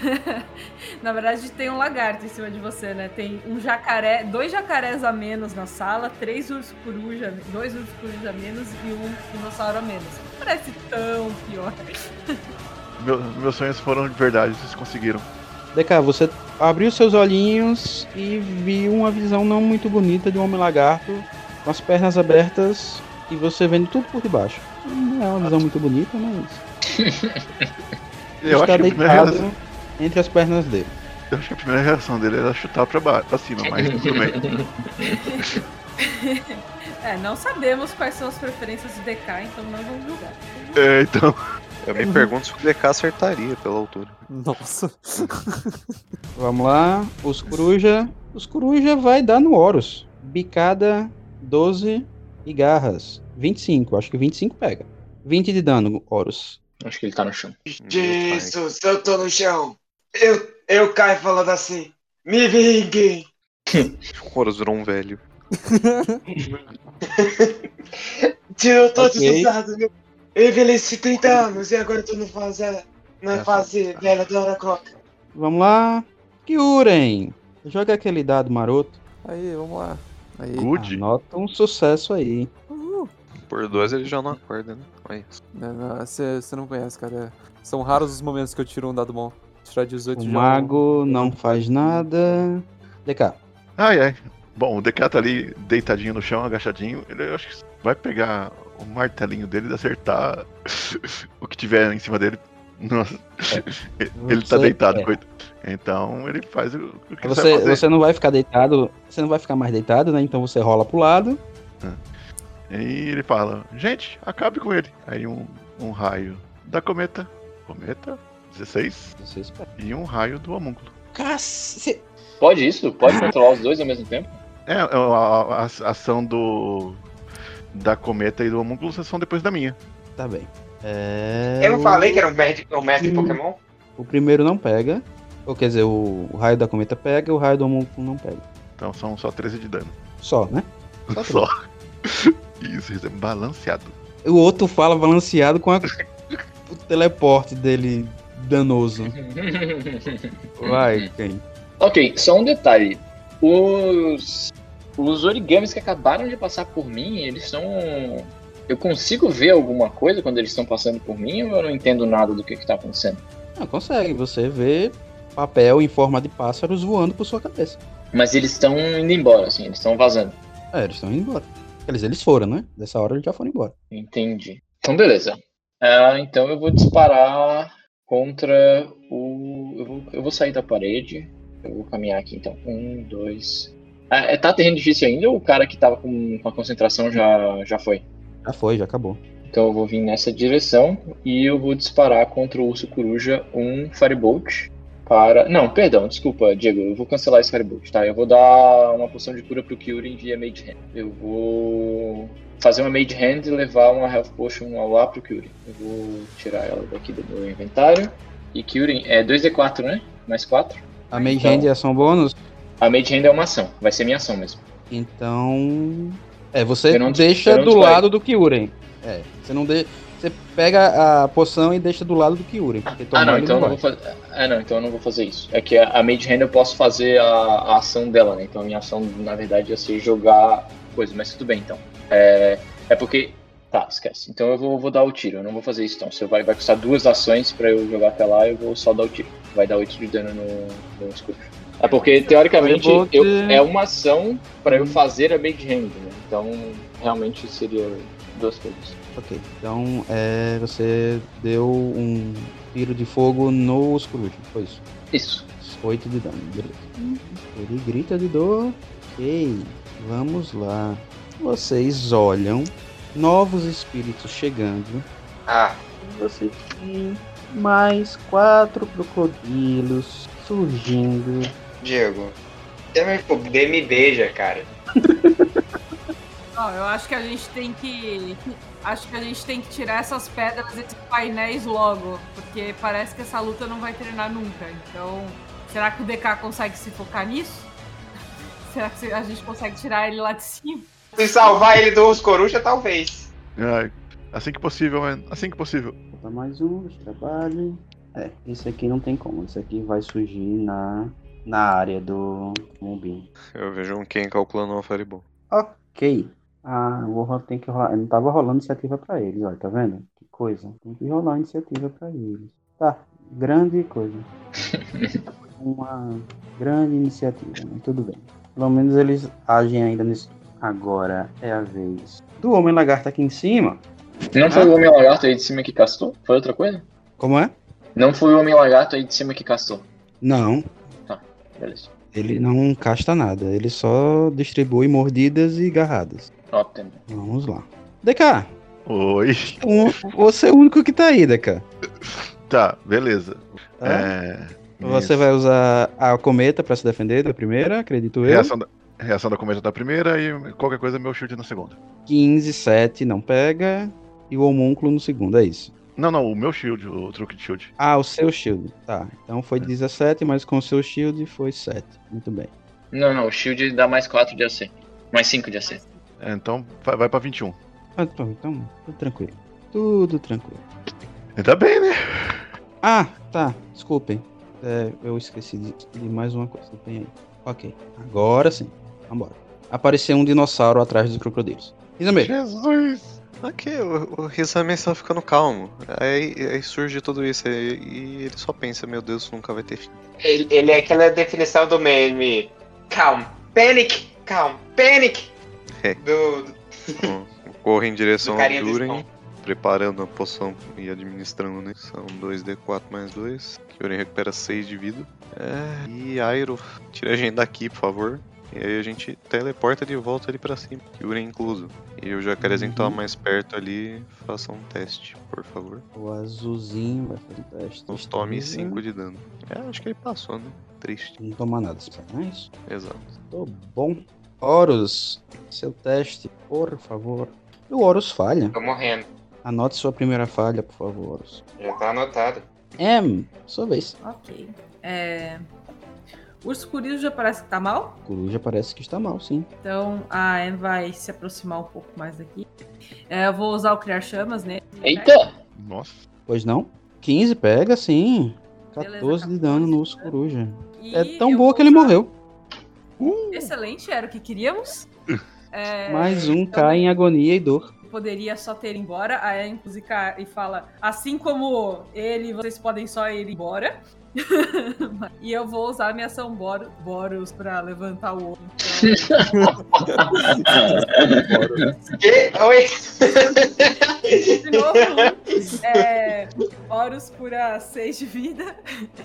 Na verdade tem um lagarto em cima de você, né? Tem um jacaré, dois jacarés a menos na sala, três ursos coruja, dois ursos coruja a menos e um dinossauro a menos. Não parece tão pior. Meu, meus sonhos foram de verdade, vocês conseguiram. D K, você abriu seus olhinhos e viu uma visão não muito bonita de um homem lagarto com as pernas abertas e você vendo tudo por debaixo. Não é uma visão muito bonita, mas... Eu está acho que a primeira deitado reação, entre as pernas dele. eu acho que a primeira reação dele era chutar pra baixo, pra cima, mas tudo bem. É, não sabemos quais são as preferências do D K, então não vamos julgar. É, então... Eu me pergunto se o D K acertaria pela altura. Nossa. Vamos lá, os coruja. Os coruja vai dar no Horus. Bicada, doze e garras. vinte e cinco, acho que vinte e cinco pega. vinte de dano, Horus. Acho que ele tá no chão. Jesus, eu tô no chão. Eu, eu caio falando assim. Me vinguem. O Horus virou um velho. Tio, eu tô Ok. desusado, meu. Eu envelheci trinta anos e agora eu tô no fase, na fase velha da hora coca. Vamos lá. Kyuren. Joga aquele dado maroto. Aí, vamos lá. Aí. Good. Anota um sucesso aí. Uhul. Por dois ele já não acorda, né? Olha isso. Você não conhece, cara. São raros os momentos que eu tiro um dado bom. Tirar dezoito O já. mago não faz nada. D K. Ai, ai. Bom, o D K tá ali deitadinho no chão, agachadinho. Ele eu acho que vai pegar o martelinho dele e acertar o que tiver em cima dele. Nossa. Ele tá Você- deitado, é. coitado. Então ele faz o o que ele Você, sabe fazer. você não vai ficar deitado. Você não vai ficar mais deitado, né? Então você rola pro lado. E ele fala, gente, acabe com ele. Aí um, um raio da cometa. Cometa, dezesseis. Vocês pegam. E um raio do homúnculo. Cacete. Pode isso? Pode controlar os dois ao mesmo tempo? É, a, a- a ação do. Da cometa e do homúnculo são depois da minha. Tá bem. É, Eu não o- falei que era um mestre, um mestre Pokémon? O primeiro não pega. Ou quer dizer, o, o raio da cometa pega, o raio do homúnculo não pega. Então são só treze de dano. Só, né? Só Só. Isso, isso é balanceado. O outro fala balanceado com a, o teleporte dele danoso. Vai, quem? Ok, só um detalhe. Os, os origamis que acabaram de passar por mim, eles são... Eu consigo ver alguma coisa quando eles estão passando por mim ou eu não entendo nada do que que tá acontecendo? Não, consegue. Você vê papel em forma de pássaros voando por sua cabeça. Mas eles estão indo embora, assim, eles estão vazando. É, eles estão indo embora. Quer dizer, eles foram, né? Dessa hora eles já foram embora. Entendi. Então, beleza. Ah, então eu vou disparar contra o... Eu vou, eu vou sair da parede. Eu vou caminhar aqui, então. Um, dois... Ah, é, tá terreno difícil ainda ou o cara que tava com, com a concentração já, já foi? Já foi, já acabou. Então eu vou vir nessa direção e eu vou disparar contra o Urso Coruja um Firebolt para... Não, perdão, desculpa, Diego, eu vou cancelar esse Firebolt, tá? Eu vou dar uma poção de cura pro Kyurem via Mage Hand. Eu vou fazer uma Mage Hand e levar uma Health Potion lá pro Kyurem. Eu vou tirar ela daqui do meu inventário. E Kyurem é dois D quatro, né? Mais quatro. A Mage Então- Hand é ação bônus? A Mage Hand é uma ação, vai ser minha ação mesmo. Então. É, você Eu não- deixa eu não do disparei. lado do Kyurem. É, você não de... Você pega a poção e deixa do lado do Kyurem. Porque Ah, tomar não, ele então eu não não vai. vou fazer. Ah, não, então eu não vou fazer isso. É que a, a Mage Hand eu posso fazer a, a ação dela, né? Então a minha ação, na verdade, ia ser jogar coisa, mas tudo bem, então. É, é porque. Tá, esquece. Então eu vou, vou dar o tiro, eu não vou fazer isso então. Se vai, vai custar duas ações pra eu jogar até lá, eu vou só dar o tiro. Vai dar oito de dano no, no escudo. É porque, teoricamente, Eu vou te- eu, é uma ação pra eu fazer a Mage Hand, né? Então, realmente seria duas coisas. Ok, então é, você deu um tiro de fogo no Scrooge, foi isso? Isso. oito de dano, beleza. Ele grita de dor. Ok, vamos lá. Vocês olham novos espíritos chegando. Ah, Você tem mais quatro crocodilos surgindo. Diego. Você me, me beija, cara. Não, eu acho que a gente tem que. Acho que a gente tem que tirar essas pedras, esses painéis logo. Porque parece que essa luta não vai terminar nunca. Então, será que o D K consegue se focar nisso? Será que a gente consegue tirar ele lá de cima? Se salvar ele do Urso Coruja, talvez. Ai, assim que possível, mano. Assim que possível. Falta mais um, trabalho. É, esse aqui não tem como. Esse aqui vai surgir na, na área do Moonbeam. Eu vejo um Ken calculando uma Fireball. Ok. Ah, eu vou, tem que rolar. Eu não tava rolando iniciativa pra eles, olha, tá vendo? Que coisa. Tem que rolar iniciativa pra eles. Tá, grande coisa. Uma grande iniciativa, mas tudo bem. Pelo menos eles agem ainda nesse. Agora é a vez do Homem Lagarto aqui em cima. Não foi o Homem Lagarto aí de cima que castou? Foi outra coisa? Como é? Não foi o Homem Lagarto aí de cima que castou. Não, Beleza. ele não casta nada. Ele só distribui mordidas e garradas. Ótimo. Vamos lá. D K, Oi. um- você é o único que tá aí, D K. Tá, beleza. Tá? É. Você isso. vai usar a cometa pra se defender da primeira, acredito eu. Reação da, reação da cometa da primeira e qualquer coisa meu shield na segunda. quinze, sete não pega. E o homúnculo no segundo, é isso. Não, não, o meu shield, o truque de shield. Ah, o seu shield. Tá. Então foi dezessete, mas com o seu shield foi sete. Muito bem. Não, não, o shield dá mais quatro de A C. Mais cinco de A C. É, então vai, vai pra vinte e um. Ah, então, então, tudo tranquilo. Tudo tranquilo. Ainda bem, né? Ah, tá. Desculpem. É, eu esqueci de, de mais uma coisa. Tem aí. Ok. Agora sim. Vambora. Apareceu um dinossauro atrás dos crocodilos. Isabel. Jesus! Ok, o, o Rizame só ficando calmo. Aí, aí surge tudo isso aí, e ele só pensa, meu Deus, isso nunca vai ter fim. Ele, ele é aquela definição do meme. Calm, panic, calm, panic. É. Do, do- Então, corre em direção do ao carinha do Kyurem, Spawn. preparando a poção e administrando, né? São dois D quatro mais dois. Kyurem recupera seis de vida. É, e Airo, tira a gente daqui, por favor. E aí a gente teleporta de volta ali pra cima, Kyurem incluso. E o jacarezinho que tá Uhum. mais perto ali, faça um teste, por favor. O azulzinho vai fazer o teste. Então tome cinco de dano. É, acho que ele passou, né? Triste. Não toma nada, não é isso? Exato. Tô bom. Horus, seu teste, por favor. E o Horus falha. Tô morrendo. Anote sua primeira falha, por favor, Horus. Já tá anotado. M, sua vez. Ok. É... O urso coruja parece que tá mal. Coruja parece que está mal, sim. Então a Anne vai se aproximar um pouco mais daqui. É, eu vou usar o Criar Chamas nele. Eita! Nossa. Pois não? quinze pega, sim. Beleza, catorze de dano no urso catorze. coruja. E É tão eu boa vou que ele usar- morreu. Excelente, era o que queríamos. É, Mais um então, cai em agonia e dor. Poderia só ter ido embora. A Anne inclusive ca- e fala: assim como ele, vocês podem só ir embora. E eu vou usar a minha ação Bor- Boros pra levantar o outro. Que? Oi? De novo, é, Horus cura seis de vida.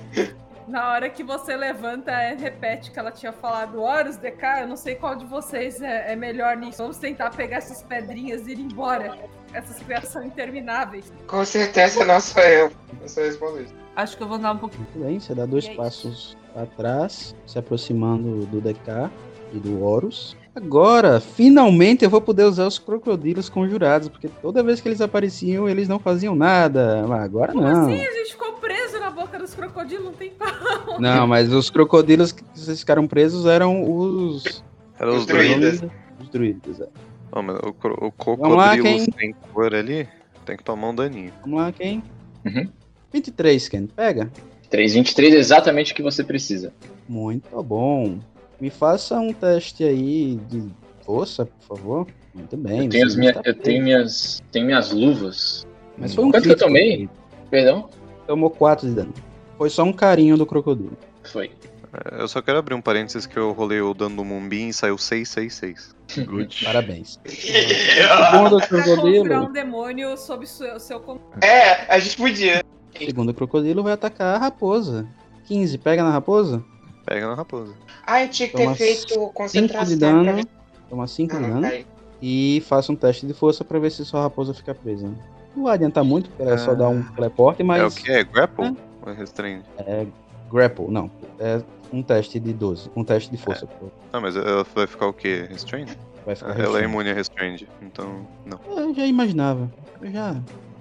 Na hora que você levanta, é, repete que ela tinha falado: Horus, D K, eu não sei qual de vocês é, é melhor nisso. Vamos tentar pegar essas pedrinhas e ir embora. Essas criaturas são intermináveis. Com certeza não sou eu. Não sou eu respondo isso. Acho que eu vou andar um pouquinho. Muito bem, você dá dois E é passos para trás, se aproximando do D K e do Horus. Agora, finalmente eu vou poder usar os crocodilos conjurados, porque toda vez que eles apareciam, eles não faziam nada. Mas agora Como não. assim? A gente ficou preso na boca dos crocodilos, não tem pau. Não, mas os crocodilos que vocês ficaram presos eram os... Era os Os druidas. druidas. Os druidas, é. Ó, mas o, cro- o Vamos lá, cocodrilo quem? sem cor ali tem que tomar um daninho. Vamos lá, quem? Uhum. vinte e três, Ken. Pega. três, vinte e três é exatamente o que você precisa. Muito bom. Me faça um teste aí de força, por favor. Muito bem. Eu tenho, as você minha, está eu tenho minhas, tenho minhas luvas. Mas foi um Quanto que eu crítico, tomei? querido. Perdão? Tomou quatro de dano. Foi só um carinho do crocodilo. Foi. É, Eu só quero abrir um parênteses que eu rolei o dano do Mumbim e saiu seis seis seis. Good. Parabéns. Segundo o Pra conjurar crocodilo, um demônio sob seu, seu controle. É, a gente podia. segundo o crocodilo vai atacar a raposa. quinze, pega na raposa. Pega na raposa. Ah, eu tinha que ter Toma feito cinco concentração. de pra dano. ver- Toma cinco Ah, de não, dano. peraí. E faça um teste de força pra ver se sua raposa fica presa. Não vai adiantar muito, porque ela só dá um teleporte, mas... É o que? É grapple? É. Ou é restrained? É grapple, não. É um teste de doze. Um teste de força. pô. Ah, mas ela vai ficar o quê? Restrained? Vai ficar Ela é restrained. imune a restrained, então não. Eu já imaginava. Eu já...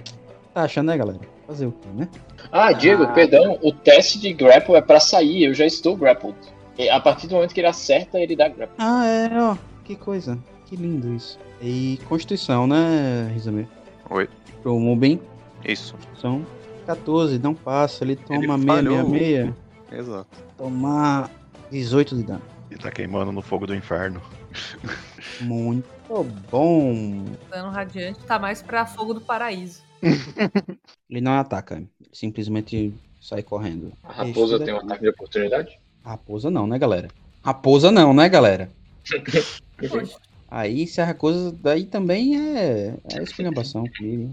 Taxa, né, galera? Fazer o quê, né? Ah, Diego, Ah. perdão. O teste de grapple é pra sair. Eu já estou grappled. E a partir do momento que ele acerta, ele dá grapple. Ah, é, ó. Que coisa. Que lindo isso. E Constituição, né, Rizame? Oi. Pro Mubin. Isso. São catorze, não passa. Ele toma Ele seiscentos e falhou. sessenta e seis. Exato. Tomar dezoito de dano. Ele tá queimando no fogo do inferno. Muito bom. Dano radiante tá mais pra fogo do paraíso. Ele não ataca. Ele simplesmente sai correndo. A raposa Este tem um daqui- ataque de oportunidade? Raposa não, né, galera? Raposa não, né, galera? Poxa, Aí, se a raposa... Daí também é... É esculhambação comigo.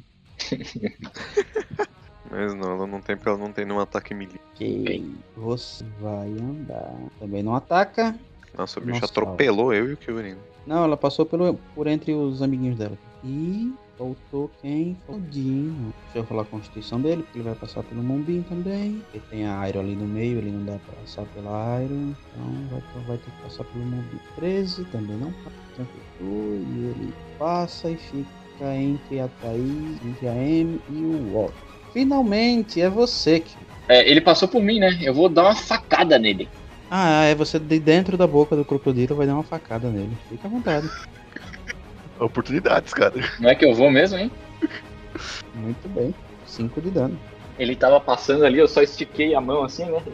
Mas não, ela não tem porque ela não tem nenhum ataque melee. Ok. Você vai andar. Também não ataca. Nossa, o bicho Nossa, atropelou eu e o Kyurem. Não, ela passou pelo, por entre os amiguinhos dela. E faltou quem? Faldinho. Deixa eu falar a constituição dele, porque ele vai passar pelo Mumbim também. Ele tem a Airo ali no meio, ele não dá pra passar pela Airo. Então vai, vai ter que passar pelo Mumbim. treze também não passa. Tranquilo. E ele passa e fica entre a Thaís, entre a M e o Walt. Finalmente, é você que... É, ele passou por mim, né? Eu vou dar uma facada nele. Ah, é você de dentro da boca do crocodilo vai dar uma facada nele. Fica à vontade. Oportunidades, cara. Não é que eu vou mesmo, hein? Muito bem. cinco de dano. Ele tava passando ali, eu só estiquei a mão assim, né?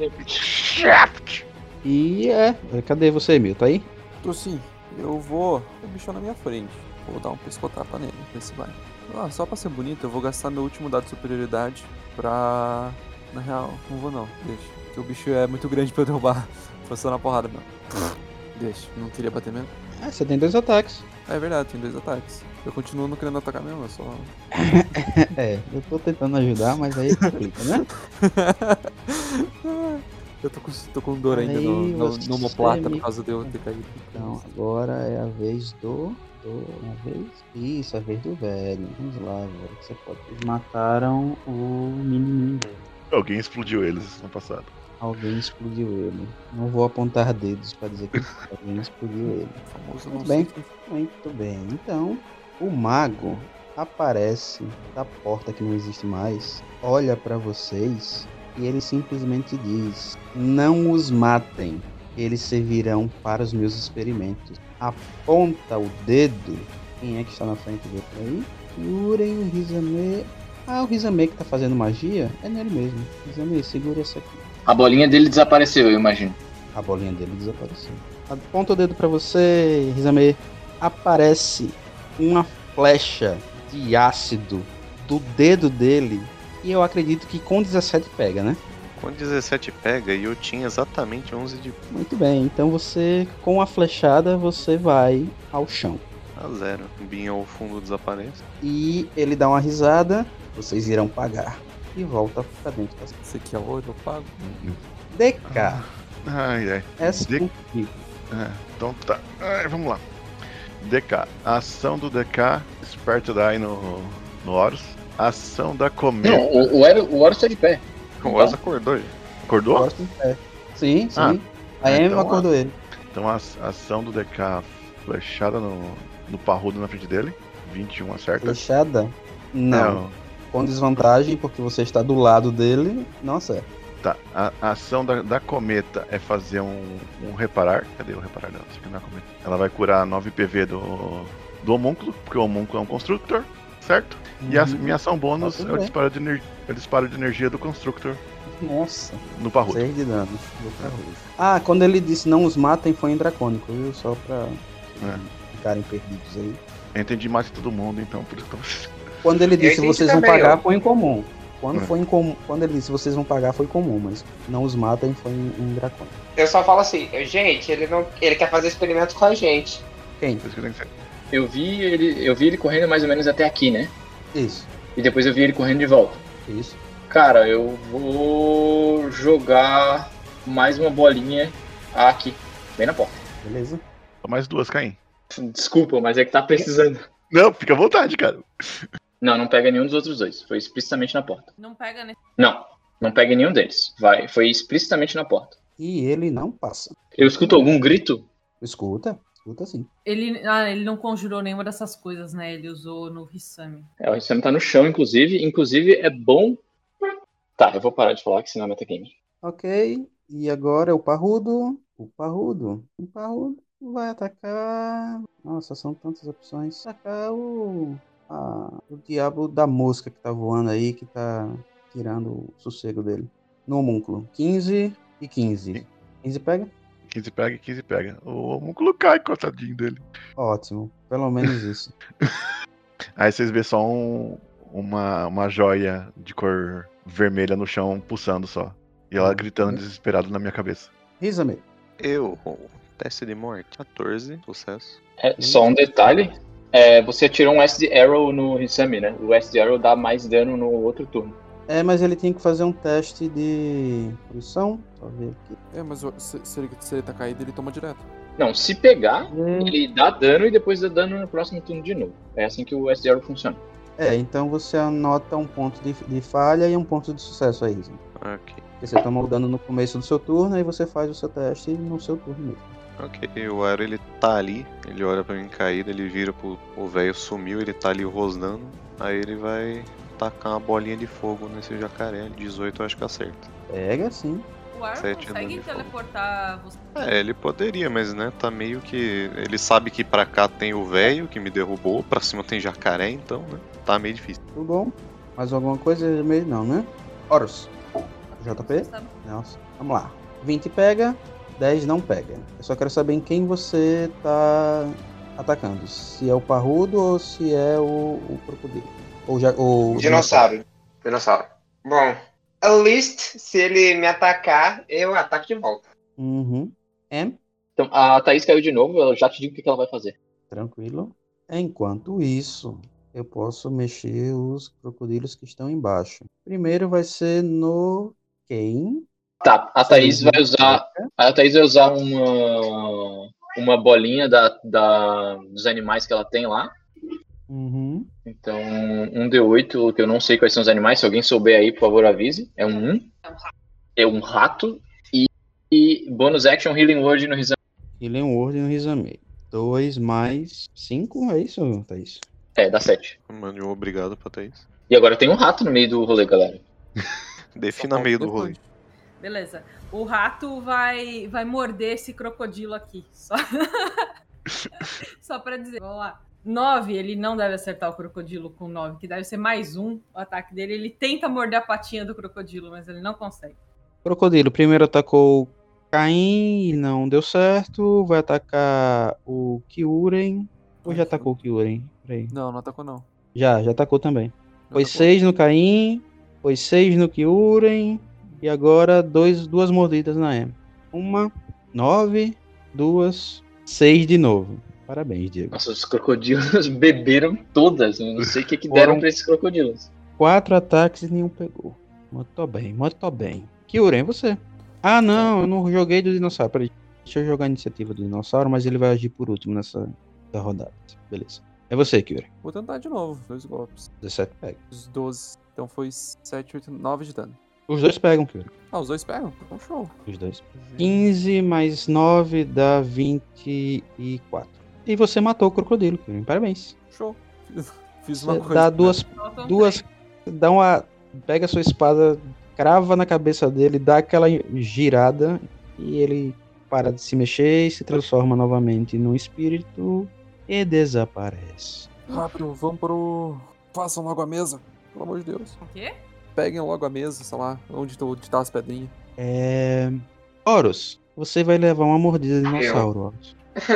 E é. Cadê você, Emil? Tá aí? Tô sim. Eu vou. Tem um bicho na minha frente. Vou dar um pescotapa nele, ver se vai. Ah, só pra ser bonito, eu vou gastar meu último dado de superioridade pra. Na real, não vou não. Deixa. Porque o bicho é muito grande pra eu derrubar. Foi só na porrada mesmo. Deixa. Não queria bater mesmo. Ah, você tem dois ataques. É verdade, tem dois ataques. Eu continuo não querendo atacar mesmo, é só. É, eu tô tentando ajudar, mas aí complica, né? Eu tô com, tô com dor ainda Aí no, no, você no omoplata me- por causa de eu ter caído. Então, agora é a vez do. do uma vez? Isso, a vez do velho. Vamos lá, velho. Que você pode. Eles mataram o menininho dele. Alguém explodiu eles no passado. Alguém explodiu ele. Não vou apontar dedos pra dizer que alguém explodiu ele. O famoso não Muito sei bem. quem- Muito bem. Então, o mago aparece da porta que não existe mais, olha pra vocês e ele simplesmente diz: não os matem, eles servirão para os meus experimentos. Aponta o dedo. Quem é que está na frente dele aí? Segurem o Rizame. Ah, o Rizame que tá fazendo magia? É nele mesmo. Rizame, segura essa aqui. A bolinha dele desapareceu, eu imagino. A bolinha dele desapareceu. Aponta o dedo pra você, Rizame. Aparece uma flecha de ácido do dedo dele. E eu acredito que com dezessete pega, né? Com dezessete pega e eu tinha exatamente onze de Muito bem, então você, com a flechada, você vai ao chão. a zero. Binho ao fundo desaparece. E ele dá uma risada, vocês irão pagar. E volta pra dentro da Esse aqui é ouro, eu pago. D K. Ai, ai. Essa D- contigo. É, então tá. Ai, vamos lá. D K. A ação do D K, esperto daí no, no Horus. A ação da Cometa. Não, o, o, Ero- o Horus tá de pé. O Oz acordou, gente. Acordou? Gosto em pé. Sim, sim. Ah, a Amy então, acordou ele. Então a, a ação do D K flechada no, no parrudo na frente dele. vinte e um acerta. Flechada? Não. Com desvantagem, porque você está do lado dele. Não acerta. Tá. A, a ação da, da Cometa é fazer um, um reparar. Cadê o reparar dela? Isso aqui não é a Cometa. Ela vai curar nove P V do, do homúnculo, porque o homúnculo é um constructor, certo? E a Uhum. minha ação bônus Tá tudo é o bem. disparo, de ener- é o disparo de energia do constructor Nossa. no parrudo. seis de dano. Ah, quando ele disse não os matem, foi em dracônico, viu? Só pra É. ficarem perdidos aí. Eu entendi mais que todo mundo, então por isso que eu tô... Quando ele disse entendi vocês vão também, pagar, ó. foi em comum. Quando, É. foi em com... Quando ele disse vocês vão pagar, foi comum, mas não os matem, foi em, em dracônico. Eu só falo assim, gente, ele não. Ele quer fazer experimentos com a gente. Quem? Por isso que eu tenho que ser. Eu vi ele, eu vi ele correndo mais ou menos até aqui, né? Isso, E depois eu vi ele correndo de volta. isso. Cara, eu vou jogar mais uma bolinha aqui, bem na porta. Beleza? Só mais duas, Caim. Desculpa, mas é que tá precisando. Não, fica à vontade, cara. Não, não pega nenhum dos outros dois. Foi explicitamente na porta. Não pega nesse. Não, não pega nenhum deles. Vai, foi explicitamente na porta. E ele não passa. Eu escuto algum grito? Escuta, escuta sim. Ele, ah, ele não conjurou nenhuma dessas coisas, né? Ele usou no Hisami. É, o Rissam tá no chão, inclusive. Inclusive, é bom... Tá, eu vou parar de falar, que senão é metagame. Ok, e agora o parrudo. O parrudo. O parrudo vai atacar. Nossa, são tantas opções. Atacar o. a- o diabo da mosca que tá voando aí, que tá tirando o sossego dele. No homúnculo. quinze e quinze. quinze pega? quinze pega e quinze pega. O homúnculo cai, coitadinho dele. Ótimo. Pelo menos isso. Aí vocês vê só um, uma, uma joia de cor vermelha no chão, pulsando só. E ela gritando desesperada na minha cabeça. Rizame. Eu, teste de morte, quatorze, sucesso. É, só um detalhe. É, você atirou um Acid Arrow no Rissami, né? O Acid Arrow dá mais dano no outro turno. É, mas ele tem que fazer um teste de posição. Só ver aqui. É, mas o- se, se ele, se ele tá caído, ele toma direto. Não, se pegar, É. ele dá dano e depois dá dano no próximo turno de novo. É assim que o Acid Arrow funciona. É, então você anota um ponto de, de falha e um ponto de sucesso aí, Rizame. Ok. Porque você toma o dano no começo do seu turno, aí você faz o seu teste no seu turno mesmo. Ok, o Aero ele tá ali, ele olha pra mim caído, ele vira pro. O velho sumiu, ele tá ali rosnando. Aí ele vai tacar uma bolinha de fogo nesse jacaré. dezoito eu acho que acerta. Pega sim. O Ar Sete consegue dano de fogo. teleportar você. É, ele poderia, mas né, tá meio que. Ele sabe que pra cá tem o velho que me derrubou, pra cima tem jacaré, então, né? Tá meio difícil. Tudo bom? Mais alguma coisa? Meio não, né? Horus. J P? Sabe? Nossa. Vamos lá. vinte pega, dez não pega. Eu só quero saber em quem você tá atacando. Se é o parrudo ou se é o, o crocodilo. Ou já, o Dinossauro. Dinossauro. Bom, at least, se ele me atacar, eu ataco de volta. Uhum. M? Então, a Thaís caiu de novo, eu já te digo o que que ela vai fazer. Tranquilo. Enquanto isso, eu posso mexer os crocodilos que estão embaixo. Primeiro vai ser no quem? Tá, a Thaís Sim. vai usar. A Thaís vai usar uma. Uma bolinha da, da, dos animais que ela tem lá. Uhum. Então, um D oito, que eu não sei quais são os animais. Se alguém souber aí, por favor, avise. É um um. É um rato. E, e bonus action Healing Word no Rizam. Healing Word no Rizame. dois mais cinco, é isso, Thaís? É, dá sete. Mande um obrigado pra Thaís. E agora tem um rato no meio do rolê, galera. Defina meio do rolê. Beleza. O rato vai, vai morder esse crocodilo aqui. Só, Só pra dizer. Vamos lá. nove, ele não deve acertar o crocodilo com nove, que deve ser mais um o ataque dele. Ele tenta morder a patinha do crocodilo, mas ele não consegue. Crocodilo, primeiro atacou Caim e não deu certo. Vai atacar o Kyuren. Ou já atacou o Kyuren? Peraí. Não, não atacou não. Já, já atacou também. Não Foi atacou. seis no Caim. Foi seis no Kyuren. E agora dois, duas mordidas na Em. Uma, nove, duas, seis de novo. Parabéns, Diego. Nossa, os crocodilos beberam todas. Eu não sei o que, que deram Foram- pra esses crocodilos. Quatro ataques e nenhum pegou. Muito bem, muito bem. Kyuren, você. Ah, não, eu não joguei do dinossauro. Peraí, deixa eu jogar a iniciativa do dinossauro, mas ele vai agir por último nessa, nessa rodada. Beleza. É você, Kyuren. Vou tentar de novo, dois golpes. dezessete pega. Os doze. Então foi sete, oito, nove de dano. Os dois pegam, Kyuren. Ah, os dois pegam? Então show. Os dois. quinze mais nove dá vinte e quatro. E você matou o crocodilo, Kyuren. Parabéns. Show. Fiz uma Você coisa. dá duas. Faltam duas dá uma. Pega a sua espada, crava na cabeça dele, dá aquela girada e ele para de se mexer e se transforma novamente num espírito e desaparece. Rápido, vamos pro. Façam logo a mesa. Pelo amor de Deus. O quê? Peguem logo a mesa, sei lá, onde, tô, onde tá as pedrinhas. É. Horus, você vai levar uma mordida de dinossauro, Horus.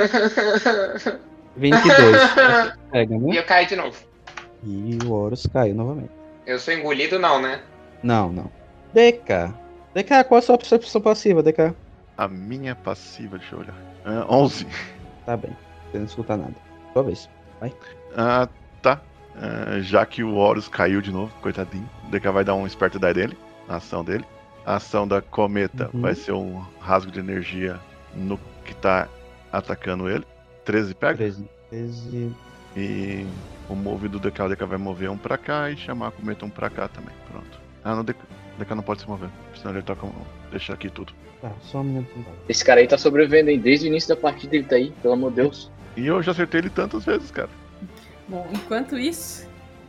vinte e dois. Você pega, E né? eu caí de novo. E o Horus caiu novamente. Eu sou engolido, não, né? Não, não. D K. D K, qual a sua percepção passiva, D K? A minha passiva, deixa eu olhar. Ah, onze. Tá bem. Você não escuta nada. Sua vez. Ah, tá. Ah, já que o Horus caiu de novo, coitadinho, o D K vai dar um Esperto Die dele, na ação dele. A ação da cometa Uhum. vai ser um rasgo de energia no que tá atacando ele. treze pega. treze. treze. E o move do D K, o D K vai mover um pra cá e chamar a cometa um pra cá também. Pronto. Ah, no D K, o D K não pode se mover, senão ele toca um, deixa aqui tudo. Tá, só um minutinho. Esse cara aí tá sobrevivendo, hein? Desde o início da partida ele tá aí, pelo amor de Deus. E eu já acertei ele tantas vezes, cara. Bom, enquanto isso,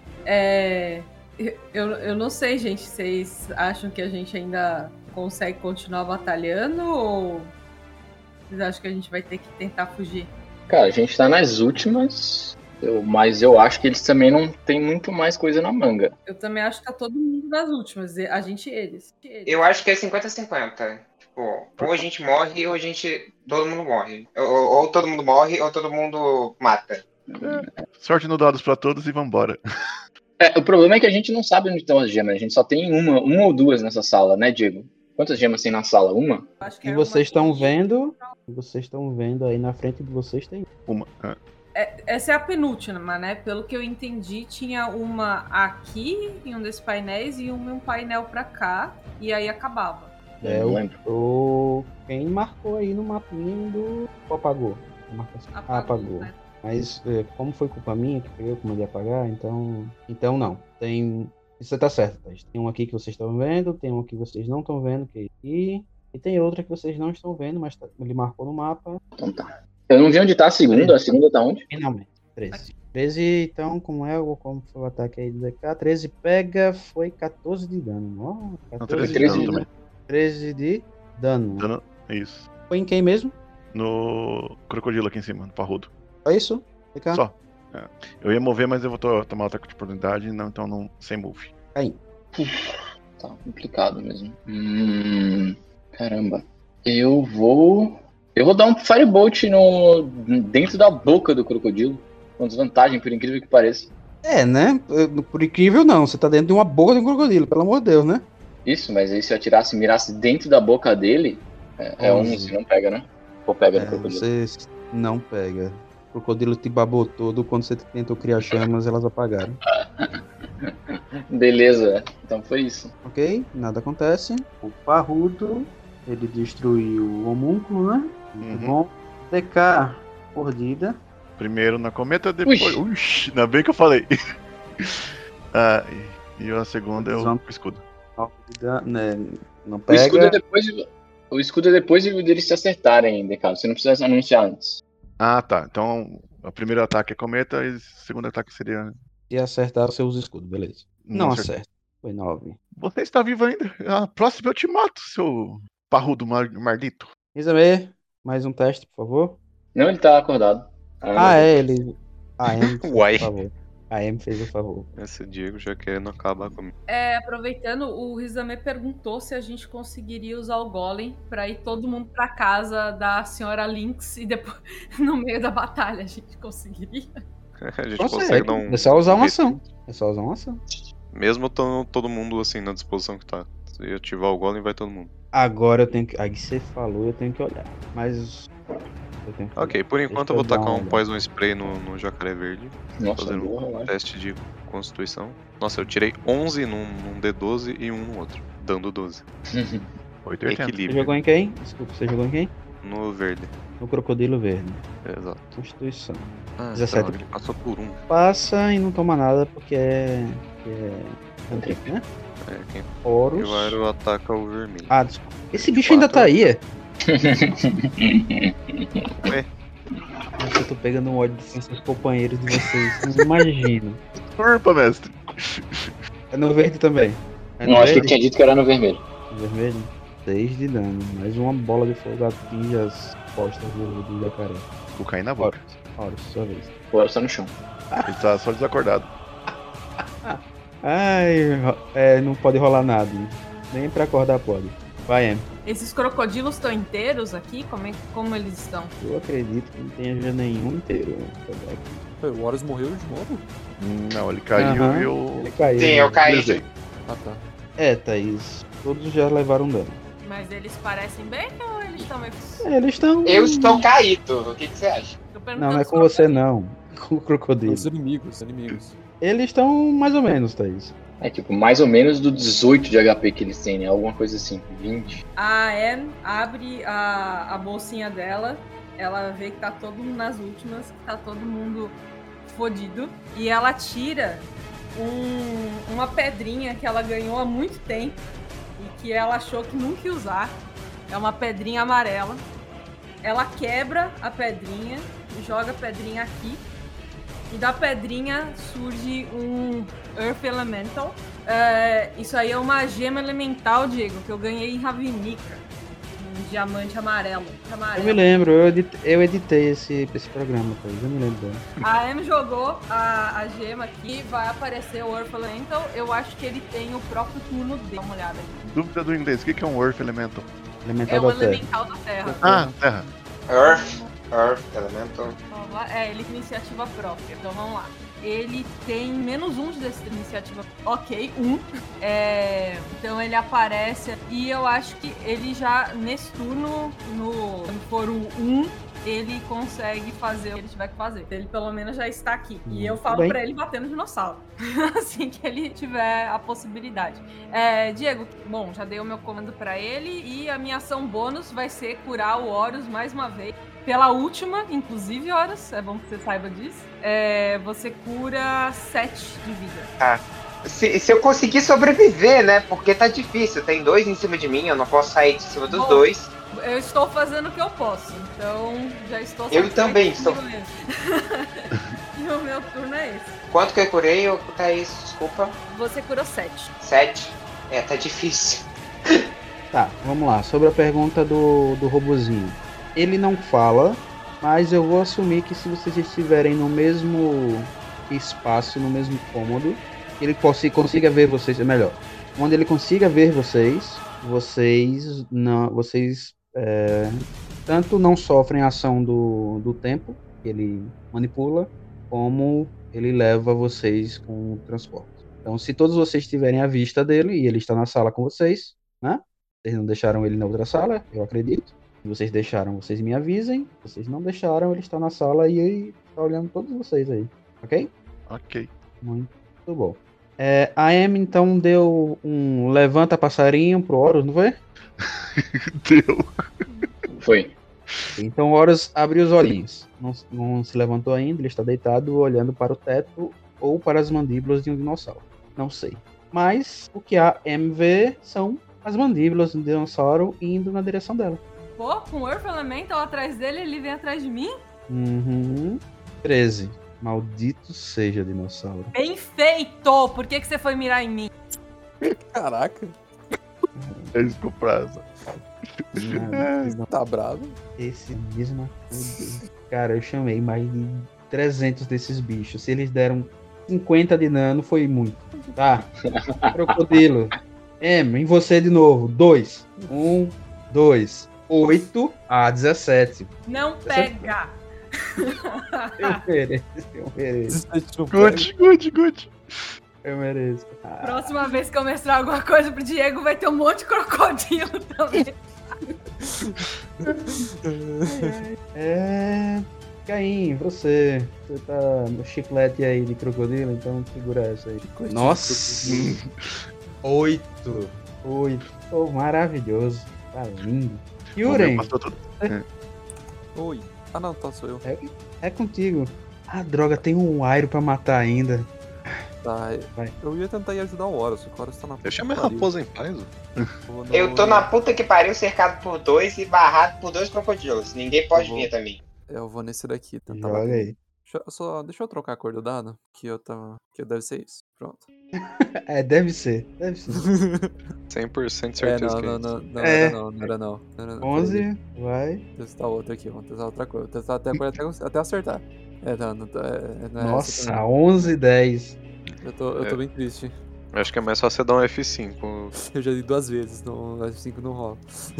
é, eu, eu não sei, gente, vocês acham que a gente ainda consegue continuar batalhando ou vocês acham que a gente vai ter que tentar fugir? Cara, a gente tá nas últimas, eu- mas eu acho que eles também não tem muito mais coisa na manga. Eu também acho que tá todo mundo nas últimas, a gente e eles. eles. Eu acho que é cinquenta a cinquenta. Tipo, ou a gente morre ou a gente. Todo mundo morre. Ou, ou todo mundo morre ou todo mundo mata. Sorte no dados pra todos e vambora. É, o problema é que a gente não sabe onde estão as gemas, a gente só tem uma, uma ou duas nessa sala, né, Diego? Quantas gemas tem na sala? Uma? Acho que E é vocês uma estão que- vendo? Vocês estão vendo aí na frente de vocês tem. Uma. Ah, É, essa é a penúltima, né? Pelo que eu entendi, tinha uma aqui em um desses painéis e uma um painel pra cá, e aí acabava. É, não o, lembro. o- quem marcou aí no mapinha do. Apagou. Marcou assim. Ah, apagou. né? Mas é, como foi culpa minha, que foi eu que mandei apagar, então. Então não. Tem. Você tá certo, Thaís. Tem um aqui que vocês estão vendo, tem um que vocês não estão vendo, que é aqui. E tem outra que vocês não estão vendo, mas tá- ele marcou no mapa. Então tá. Eu não vi onde tá a segunda, a segunda tá onde? Finalmente. treze. treze, então, como é o como foi o ataque aí do D K? treze pega, foi catorze de dano. Ó, Não, catorze treze de treze dano de também. treze de dano. Dano, isso. Foi em quem mesmo? No crocodilo aqui em cima, no parrudo. Só isso? D K? Só. É. Eu ia mover, mas eu vou to- tomar o ataque de oportunidade, não, então não, sem move. Tá complicado mesmo. Hum, caramba. Eu vou. Eu vou dar um Firebolt no, dentro da boca do crocodilo. Com desvantagem, por incrível que pareça. É, né? Por incrível não, você tá dentro de uma boca de um crocodilo, pelo amor de Deus, né? Isso, mas aí se eu atirasse e mirasse dentro da boca dele, é, é um, onze. se não pega, né? Ou pega no É, crocodilo. você não pega. O crocodilo te babou todo, quando você tentou criar chamas, elas apagaram. Beleza, então foi isso. Ok? Nada acontece. O parrudo, ele destruiu o homúnculo, né? Muito Uhum. bom. D K, mordida. Primeiro na cometa, depois. Ui. Ux, ainda bem que eu falei. Ah, e, e a segunda é o Vamos. escudo. Mordida, né? Não O escudo é pega. depois, de- o escudo é depois de deles se acertarem, D K. Você não precisa anunciar antes. Ah, tá. Então, o primeiro ataque é cometa e o segundo ataque seria. Se acertar, você usa escudo, beleza. Não, acertou. acerta. Foi nove. Você está vivo ainda. A próxima eu te mato, seu parrudo mar maldito. Isabel, mais um teste, por favor. Não, ele tá acordado. Ah, é, ele. A M fez Uai. o favor. A M fez o favor. Esse Diego já querendo acabar comigo. É, aproveitando, o Rizame perguntou se a gente conseguiria usar o Golem pra ir todo mundo pra casa da senhora Lynx e depois, no meio da batalha, a gente conseguiria. A gente Consegue. consegue dar um. É só usar uma um ação. É só usar uma ação. Mesmo tão todo mundo assim na disposição que tá. Se eu ativar o golem, vai todo mundo. Agora eu tenho que. Aí você falou, eu tenho que olhar. Mas. Eu tenho que Ok, olhar. por enquanto Deixa eu vou dar tacar uma um olhada. Poison Spray no, no jacaré verde. Nossa, Fazendo boa, um relaxa. teste de constituição. Nossa, eu tirei onze num, num D doze e um no outro, dando doze. oito e oitenta. Você Equilíbrio. jogou em quem? Desculpa, você jogou em quem? No verde. No Crocodilo Verde. Exato. Constituição. Ah, dezessete. então, ele passou por um. Passa e não toma nada porque é. Que é. Cantrip, né? É, quem... E Horus. o Aero ataca o vermelho. Ah, desculpa. Esse bicho ainda tá aí, é? Ué? Nossa, eu tô pegando um ódio com seus companheiros de vocês. Não imagino. Turpa, mestre. É no verde também. É no Não, acho que verde? ele tinha dito que era no vermelho. No vermelho? seis de dano. Mais uma bola de fogo atinge as costas do, do jacaré. Vou cair na boca. Horus, Horus, sua vez. Agora está no chão. Ele tá só desacordado. Ai, é, não pode rolar nada. Nem pra acordar pode. Vai, Em. Esses crocodilos estão inteiros aqui? Como, é, como eles estão? Eu acredito que não tenha nenhum inteiro. Pô, o Horus morreu de novo? Não, ele caiu Aham. e eu. Ele caiu. Sim, eu caí. Desenho. Ah, tá. É, Thaís. Todos já levaram dano. Mas eles parecem bem ou eles estão meio... É, eles estão. Eu estou caído. O que, que você acha? Tô Não, perguntando não é os com você, não. Com o crocodilo. Os inimigos, os inimigos. Eles estão mais ou menos, Thaís. É tipo, mais ou menos do dezoito de H P que eles têm, né? Alguma coisa assim, vinte. A Anne abre a, a bolsinha dela, ela vê que tá todo mundo nas últimas, que tá todo mundo fodido, e ela tira um- uma pedrinha que ela ganhou há muito tempo e que ela achou que nunca ia usar. É uma pedrinha amarela. Ela quebra a pedrinha, joga a pedrinha aqui, e da pedrinha surge um Earth Elemental. É, isso aí é uma gema elemental, Diego, que eu ganhei em Ravnica. Um diamante amarelo. Eu amarelo. me lembro, eu editei, eu editei esse, esse programa, Thaís. Eu me lembro dela. A Em jogou a, a gema aqui, vai aparecer o Earth Elemental. Eu acho que ele tem o próprio turno dele. Dá uma olhada aqui. Dúvida do inglês, o que que é um Earth Elemental? Elemental É o da Terra. elemental da Terra. Ah, terra. Earth. Earth, Elemental. Vamos lá. É, ele tem iniciativa própria. Então vamos lá. Ele tem menos um de dessa iniciativa. Ok, um. É, então ele aparece. E eu acho que ele já, nesse turno, no quando for o um, ele consegue fazer o que ele tiver que fazer. Ele pelo menos já está aqui. E eu falo bem. pra ele bater no dinossauro. Assim que ele tiver a possibilidade. É, Diego, bom, já dei o meu comando pra ele. E a minha ação bônus vai ser curar o Horus mais uma vez. Pela última, inclusive, Horus, é bom que você saiba disso. É, você cura sete de vida. Se, se eu conseguir sobreviver, né? Porque tá difícil. Tem dois em cima de mim, eu não posso sair de cima dos Bom, dois. Eu estou fazendo o que eu posso, então já estou Eu satisfeito também estou. comigo mesmo. E o meu turno é esse. Quanto que eu curei? Eu, tá isso, desculpa. Você curou sete. Sete. É, tá difícil. Tá, vamos lá. Sobre a pergunta do, do robozinho. Ele não fala, mas eu vou assumir que se vocês estiverem no mesmo espaço, no mesmo cômodo, ele possa, consiga ver vocês, é melhor. Onde ele consiga ver vocês, vocês não, vocês é, tanto não sofrem a ação do, do tempo que ele manipula, como ele leva vocês com o transporte. Então, se todos vocês estiverem à vista dele e ele está na sala com vocês, né? Vocês não deixaram ele na outra sala, eu acredito. Se vocês deixaram, vocês me avisem. Se vocês não deixaram, ele está na sala e aí está olhando todos vocês aí, ok? Ok. Muito bom. É, a Amy então deu um levanta passarinho pro Horus, não foi? Deu. Foi. Então o Horus abriu os olhinhos. Não, não se levantou ainda, ele está deitado olhando para o teto ou para as mandíbulas de um dinossauro. Não sei. Mas o que a Amy vê são as mandíbulas do dinossauro indo na direção dela. Pô, com o Earth Elemental atrás dele, ele vem atrás de mim? Uhum. treze. Maldito seja, dinossauro. Bem feito! Por que, que você foi mirar em mim? Caraca, É isso que eu prazo. Não, tá bravo? esse mesmo coisa. Cara, eu chamei mais de trezentos desses bichos. Se eles deram cinquenta de dano, foi muito. Tá. Crocodilo. M, em você de novo. dois. um, dois. oito a dezessete. Não pega! Eu mereço, eu mereço. Desiste no Good, good, good. Eu mereço. Ah, Próxima vez que eu mestrar alguma coisa pro Diego, vai ter um monte de crocodilo também. é. Caim, você. Você tá no chiclete aí de crocodilo, então segura essa aí. Nossa! Oito. Oito. Oh, maravilhoso. Tá lindo. Yuren, Passou tudo. Oi. Ah não, tá, sou eu. é, é contigo. Ah, droga, tem um Airo pra matar ainda. Tá, Vai. eu ia tentar ir ajudar o Horus, só que o Horus tá na puta Deixa que minha pariu. raposa em paz. ó. Vou Eu no- tô na puta que pariu, cercado por dois e barrado por dois crocodilos. Ninguém pode Eu vou- vir até mim. Eu vou nesse daqui, tentar Joga bater. aí. Deixa, eu- só, deixa eu trocar a cor do dado, que eu tava. Que deve ser isso. Pronto. É, deve ser. Deve ser. cem por cento É, certeza não, que é não, isso. não, não É. era não, não era não. não, era, não. Peraí, onze, vai. Vou testar outra aqui, vamos testar outra cor. Vou testar até a cor até, até acertar. É, não, não, tá- é, não é essa Nossa, também. onze, dez. Eu tô, eu tô É. bem triste. Eu acho que é mais fácil você dar um F cinco. Eu já li duas vezes, no F cinco não rola.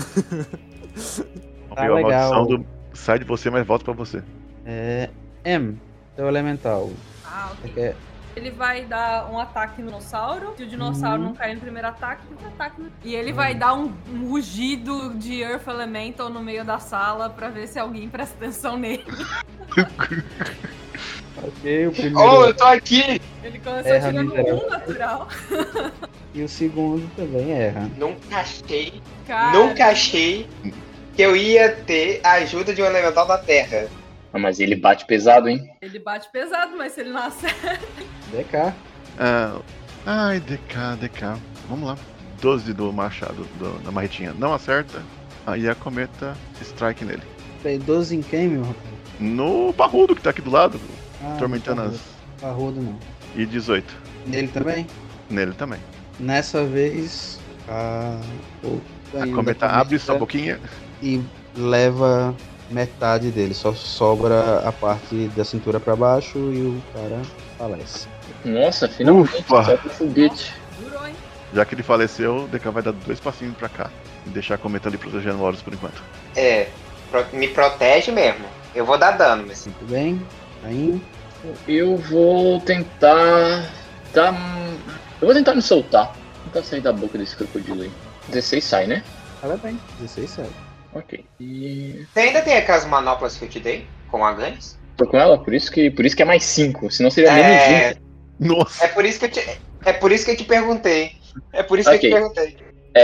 Tá Viu? A legal. maldição do... sai de você, mas volta pra você. É. M, seu elemental. Ah, Você ok. quer. Ele vai dar um ataque no dinossauro. Se o dinossauro Uhum. não cair no primeiro ataque, ele ataque no... E ele vai dar um, um rugido de Earth Elemental no meio da sala pra ver se alguém presta atenção nele. Ok, o primeiro. Oh, eu tô aqui! Ele começou Erra, tirando miserável. um natural. E o segundo também erra. Nunca achei, Cara, nunca achei que eu ia ter a ajuda de um elemental da Terra. Ah, mas ele bate pesado, hein? ele bate pesado, mas se ele não acerta... D K. Ah, ai, D K, D K. Vamos lá. doze do machado do, da marretinha. Não acerta. Aí a cometa strike nele. Tem doze em quem, meu rapaz? No barrudo que tá aqui do lado, Ah, atormentando não as. tá Parrudo não. E dezoito. Nele também? Nele também. Nessa vez, a, o A canhão cometa da abre sua boquinha. e leva metade dele. Só sobra a parte da cintura pra baixo e o cara falece. Nossa, finalmente. Ufa. Só com foguete. Durou, hein? Já que ele faleceu, o D K vai dar dois passinhos pra cá. E deixar a cometa ali protegendo o Horus por enquanto. É, pro- me protege mesmo. Eu vou dar dano, mas Muito bem. Caim. Eu vou tentar. Tá... Eu vou tentar me soltar. Tentar sair da boca desse crocodilo aí. dezesseis sai, né? Fala bem. dezesseis sai. Ok. E. você ainda tem aquelas manoplas que eu te dei? Com aganes? Tô com ela, por isso que, por isso que é mais cinco. Senão seria menos É, vinte. Nossa! é por isso que eu te, é por isso que eu te perguntei. É por isso que Ok. eu te perguntei.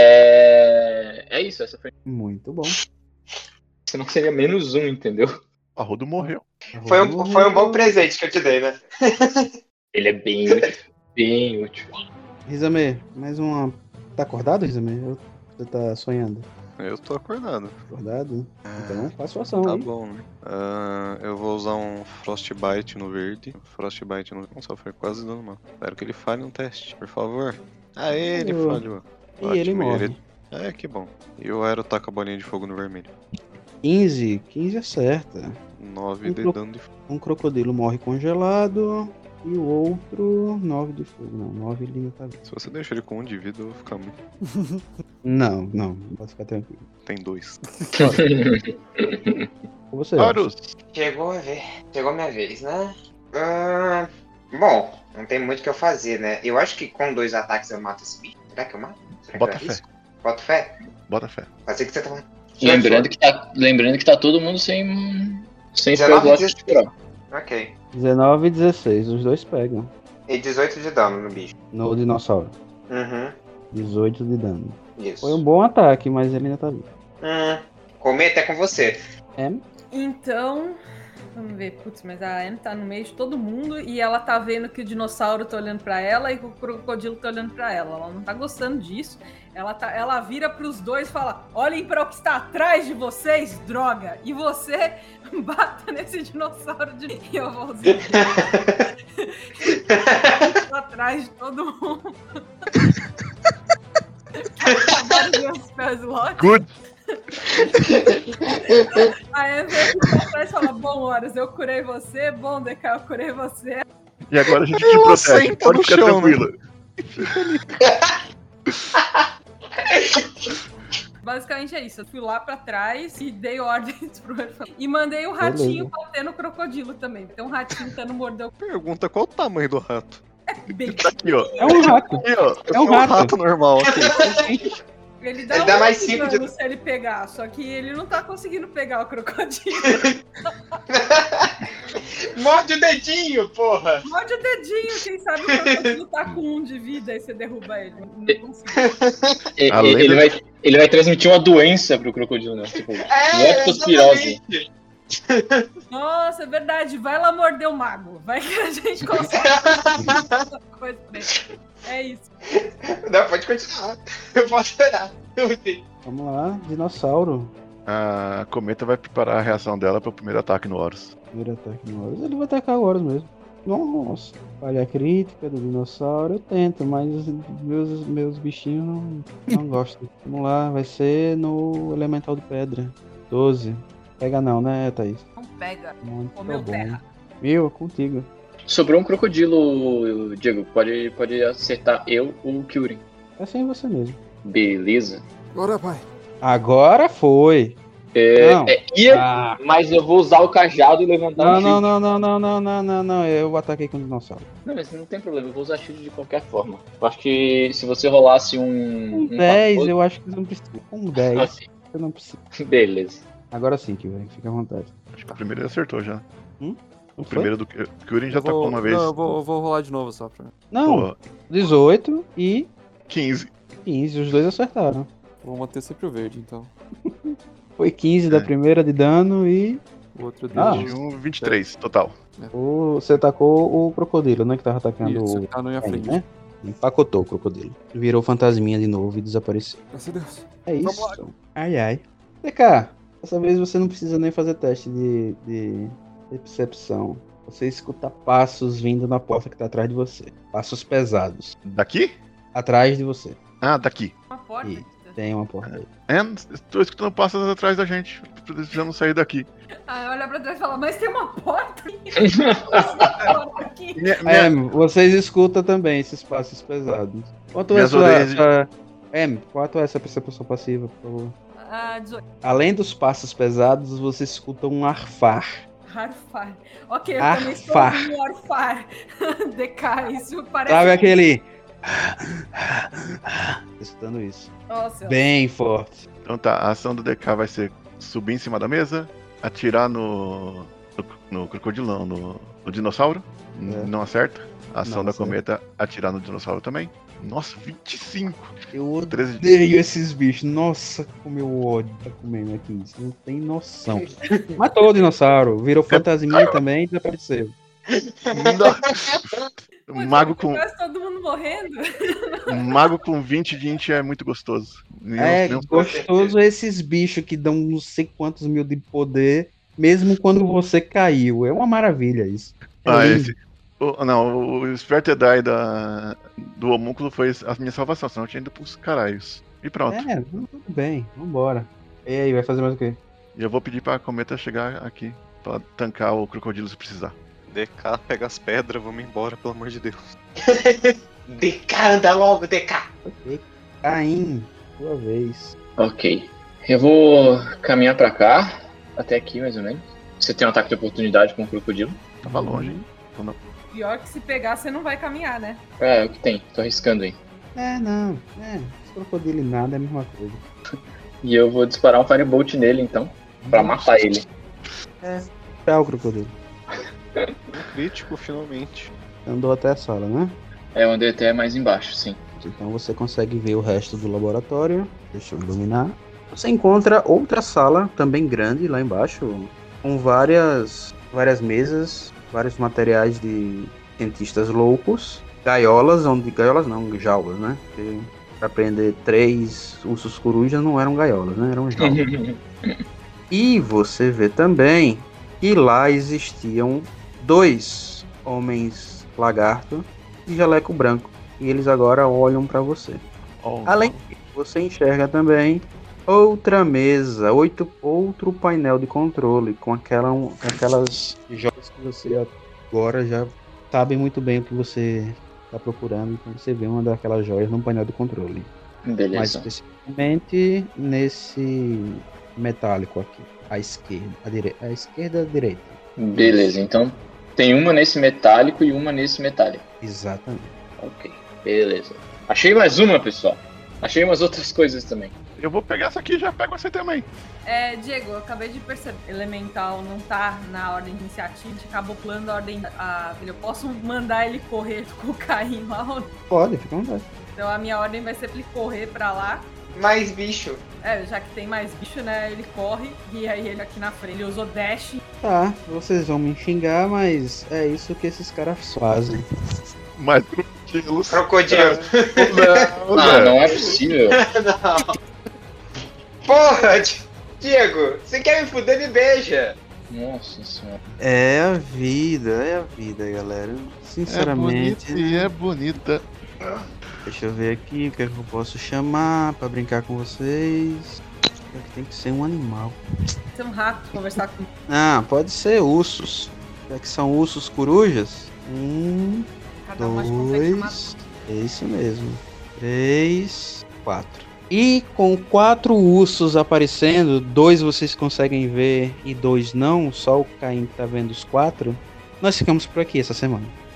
É. É isso, essa foi. Muito bom. Senão seria menos um, entendeu? A Rodo morreu. Foi um, foi um bom presente que eu te dei, né? Ele é bem útil. Bem útil. Rizame, mais uma. Tá acordado, Rizame? Ou você tá sonhando? Eu tô acordado. Acordado? Então faz sua ação Tá aí. bom, né? Ah, eu vou usar um Frostbite no verde. Frostbite no. Nossa, foi quase dando mal. Espero que ele falhe um teste, por favor. Ah, ele Falhou. falhou. E ele morre. ele- É, que bom. E o Aero taca a bolinha de fogo no vermelho. quinze. quinze acerta. nove Um de cro- dano de fogo. Um crocodilo morre congelado. E o outro, nove de fogo. Não, nove limita a vida. Se você deixar ele com um de vida, eu vou ficar muito. Não, não. Pode ficar tranquilo. Tem dois. Com você. Horus! Chegou a ver. Chegou a minha vez, né? Ah, bom, não tem muito o que eu fazer, né? Eu acho que com dois ataques eu mato esse bicho. Será que eu mato? Será que Bota eu fé. arrisco? Bota fé? Bota fé. Fazer que você tá. Lembrando que, tá, lembrando que tá todo mundo sem. Sem dezenove, spell slot dezesseis. natural. Ok. dezenove e dezesseis. Os dois pegam. E dezoito de dano no bicho. No dinossauro. Uhum. dezoito de dano. Isso. Foi um bom ataque, mas ele ainda tá vivo. Hum, cometa é com você. É? Então, vamos ver. Putz, mas a Anne tá no meio de todo mundo e ela tá vendo que o dinossauro tá olhando pra ela e que o crocodilo tá olhando pra ela. Ela não tá gostando disso. Ela, tá, ela vira pros dois e fala: olhem pra o que está atrás de vocês, droga! E você bata nesse dinossauro de e eu vou usar. Tá atrás de todo mundo. Acabaram os meus spell slots. Good! Aí a Anne pra trás e fala: bom, Horus, eu curei você. Bom, D K, eu curei você. E agora a gente te Eu protege. sento Pode no ficar chão, né? tranquila. Basicamente é isso. Eu fui lá pra trás e dei ordens pro Earth e mandei o ratinho Beleza. bater no crocodilo também. Então o ratinho tentando morder o... Pergunta qual o tamanho do rato. É Tá aqui, ó. É um rato. Aqui, ó. É um um rato. rato normal, ok. Ele dá, Ele um dá mais monte de cinco de- dano se ele pegar, só que ele não tá conseguindo pegar o crocodilo. Morde o dedinho, porra! Morde o dedinho, quem sabe o crocodilo tá com um de vida e você derruba ele. Não consigo. E- Além ele, do- vai, ele vai transmitir uma doença pro crocodilo, né? Tipo, É, leptospirose. exatamente. Nossa, é verdade. Vai lá morder o mago. Vai que a gente consegue fazer coisa pra ele. É isso. Não, pode continuar. Eu posso esperar. Eu entendi. Vamos lá, dinossauro. A cometa vai preparar a reação dela pro primeiro ataque no Horus. Primeiro ataque no Horus. Ele vai atacar o Horus mesmo. Nossa. Falha crítica do dinossauro. Eu tento, mas meus, meus bichinhos não, não gostam. Vamos lá, vai ser no Elemental de Pedra. doze. Pega não, né, Thaís? Não pega. Muito Comeu bom. terra. Mil, contigo. Sobrou um crocodilo, Diego. Pode, pode acertar eu ou o Kyurem. É sem você mesmo. Beleza. Agora vai. Agora foi. É, Não. é, ia, Ah. mas eu vou usar o cajado e levantar Não, o não, shield. não, não, não, não, não, não, não. Eu ataquei com o dinossauro. Não, mas não tem problema, eu vou usar shield de qualquer forma. Eu acho que se você rolasse um. Com um dez, famoso- eu acho que você não precisa. Com dez, Ok, você não precisa. beleza. Agora sim, Kyurem, fica à vontade. Acho que o primeiro ele acertou já. Não O foi? primeiro do Kyurem já Eu tacou vou- uma vez. Não, eu vou, eu vou rolar de novo só pra. Não, Pô, dezoito e quinze. quinze, os dois acertaram. Vou manter sempre o verde, então. Foi quinze da É. primeira de dano e O outro deu. Ah. vinte e um, vinte e três, total. o, você atacou o crocodilo, né? Que tava atacando Isso, o. ele tá na minha Aí, frente. né? Empacotou o crocodilo. Virou fantasminha de novo e desapareceu. Graças a Deus. É Vamos isso. Ai, ai. D K, dessa vez você não precisa nem fazer teste de, de percepção. Você escuta passos vindo na porta que tá atrás de você. Passos pesados. Daqui? Atrás de você. Ah, daqui. Uma porta. Ih. Tem uma porta aí. É, estou escutando passos atrás da gente. Precisamos sair daqui. Aí olha pra trás e fala, mas tem uma porta aqui. Minha, É, minha- vocês escutam também esses passos pesados. Quanto é Minhas sua, orelhas- sua... M, quanto é essa percepção passiva, por favor? Ah, dezoito. Além dos passos pesados, você escuta um arfar. Arfar. Ok, eu também estou Arfar. ouvindo um arfar. D K, isso parece... Sabe aquele... Escutando isso. Nossa, Bem forte. Então tá, a ação do D K vai ser subir em cima da mesa, atirar no. no, no crocodilão, no, no dinossauro. N- É. Não acerta. A ação Não da acerta. cometa atirar no dinossauro também. Nossa, vinte e cinco. Eu treze. odeio esses bichos. Nossa, como eu ódio tá comendo aqui. Você não tem noção. Matou o dinossauro. Virou fantasminha também e desapareceu. Um mago com, quase todo mundo morrendo. um mago com vinte de int é muito gostoso. Nenhum- É nenhum- gostoso esses bichos que dão não sei quantos mil de poder, mesmo quando você caiu. É uma maravilha isso. É Ah, lindo. esse. o- não, o Spirited Die da, do homúnculo foi a minha salvação, senão eu tinha ido pros caralhos. E pronto. É, tudo bem, vambora. E aí, vai fazer mais o quê? E eu vou pedir pra cometa chegar aqui pra tancar o crocodilo se precisar. D K, pega as pedras, vamos embora, pelo amor de Deus. D K, anda logo, D K. Caim, sua vez. Ok. Eu vou caminhar pra cá, até aqui mais ou menos. Você tem um ataque de oportunidade com o crocodilo? Tava longe, hein? Pior que se pegar, você não vai caminhar, né? É, o que tem, tô arriscando aí. É, não. É, esse crocodilo e nada é a mesma coisa. E eu vou disparar um Firebolt nele então, pra matar ele. Tchau, crocodilo. Um crítico, finalmente. Andou até a sala, né? É, onde até é mais embaixo, sim. Então você consegue ver o resto do laboratório. Deixa eu iluminar. Você encontra outra sala, também grande, lá embaixo, com várias, várias mesas, vários materiais de cientistas loucos, gaiolas, onde gaiolas não, jaulas, né? Porque para prender três ursos corujas não eram gaiolas, né? Eram jaulas. E você vê também que lá existiam dois homens lagarto de jaleco branco. E eles agora olham para você. Oh, Além disso, você enxerga também outra mesa, oito, outro painel de controle com, aquela, com aquelas joias que você agora já sabe muito bem o que você está procurando. Então você vê uma daquelas joias no painel de controle. Mais Beleza. especificamente nesse metálico aqui, à esquerda, à, dire... à esquerda, à direita. Beleza, então Tem uma nesse metálico e uma nesse metálico. Exatamente. Ok, beleza. Achei mais uma, pessoal. Achei umas outras coisas também. Eu vou pegar essa aqui e já pego você também. É, Diego, eu acabei de perceber. Elemental não tá na ordem de iniciativa, a gente acabou pulando a ordem. A... Eu posso mandar ele correr com o Caim lá? Pode, fica à vontade. Então a minha ordem vai ser pra ele correr pra lá. Mais bicho. É, já que tem mais bicho, né? Ele corre e aí ele aqui na frente. Ele usou dash. Tá, vocês vão me xingar, mas é isso que esses caras fazem. Mas crocodilos. Crocodilo. Não, Ah, não é possível. Não. Porra, Diego, você quer me fuder, me beija. Nossa senhora. É a vida, é a vida, galera. Sinceramente. É bonita e é bonita. Deixa eu ver aqui o que é que eu posso chamar pra brincar com vocês. Tem que ser um animal. Ser um rato, conversar com. Ah, pode ser ursos. Já que são ursos corujas. Um, Cada um acho que consegue chamar. dois. É isso mesmo. Três, quatro. E com quatro ursos aparecendo, dois vocês conseguem ver e dois não, só o Caim que tá vendo os quatro, nós ficamos por aqui essa semana.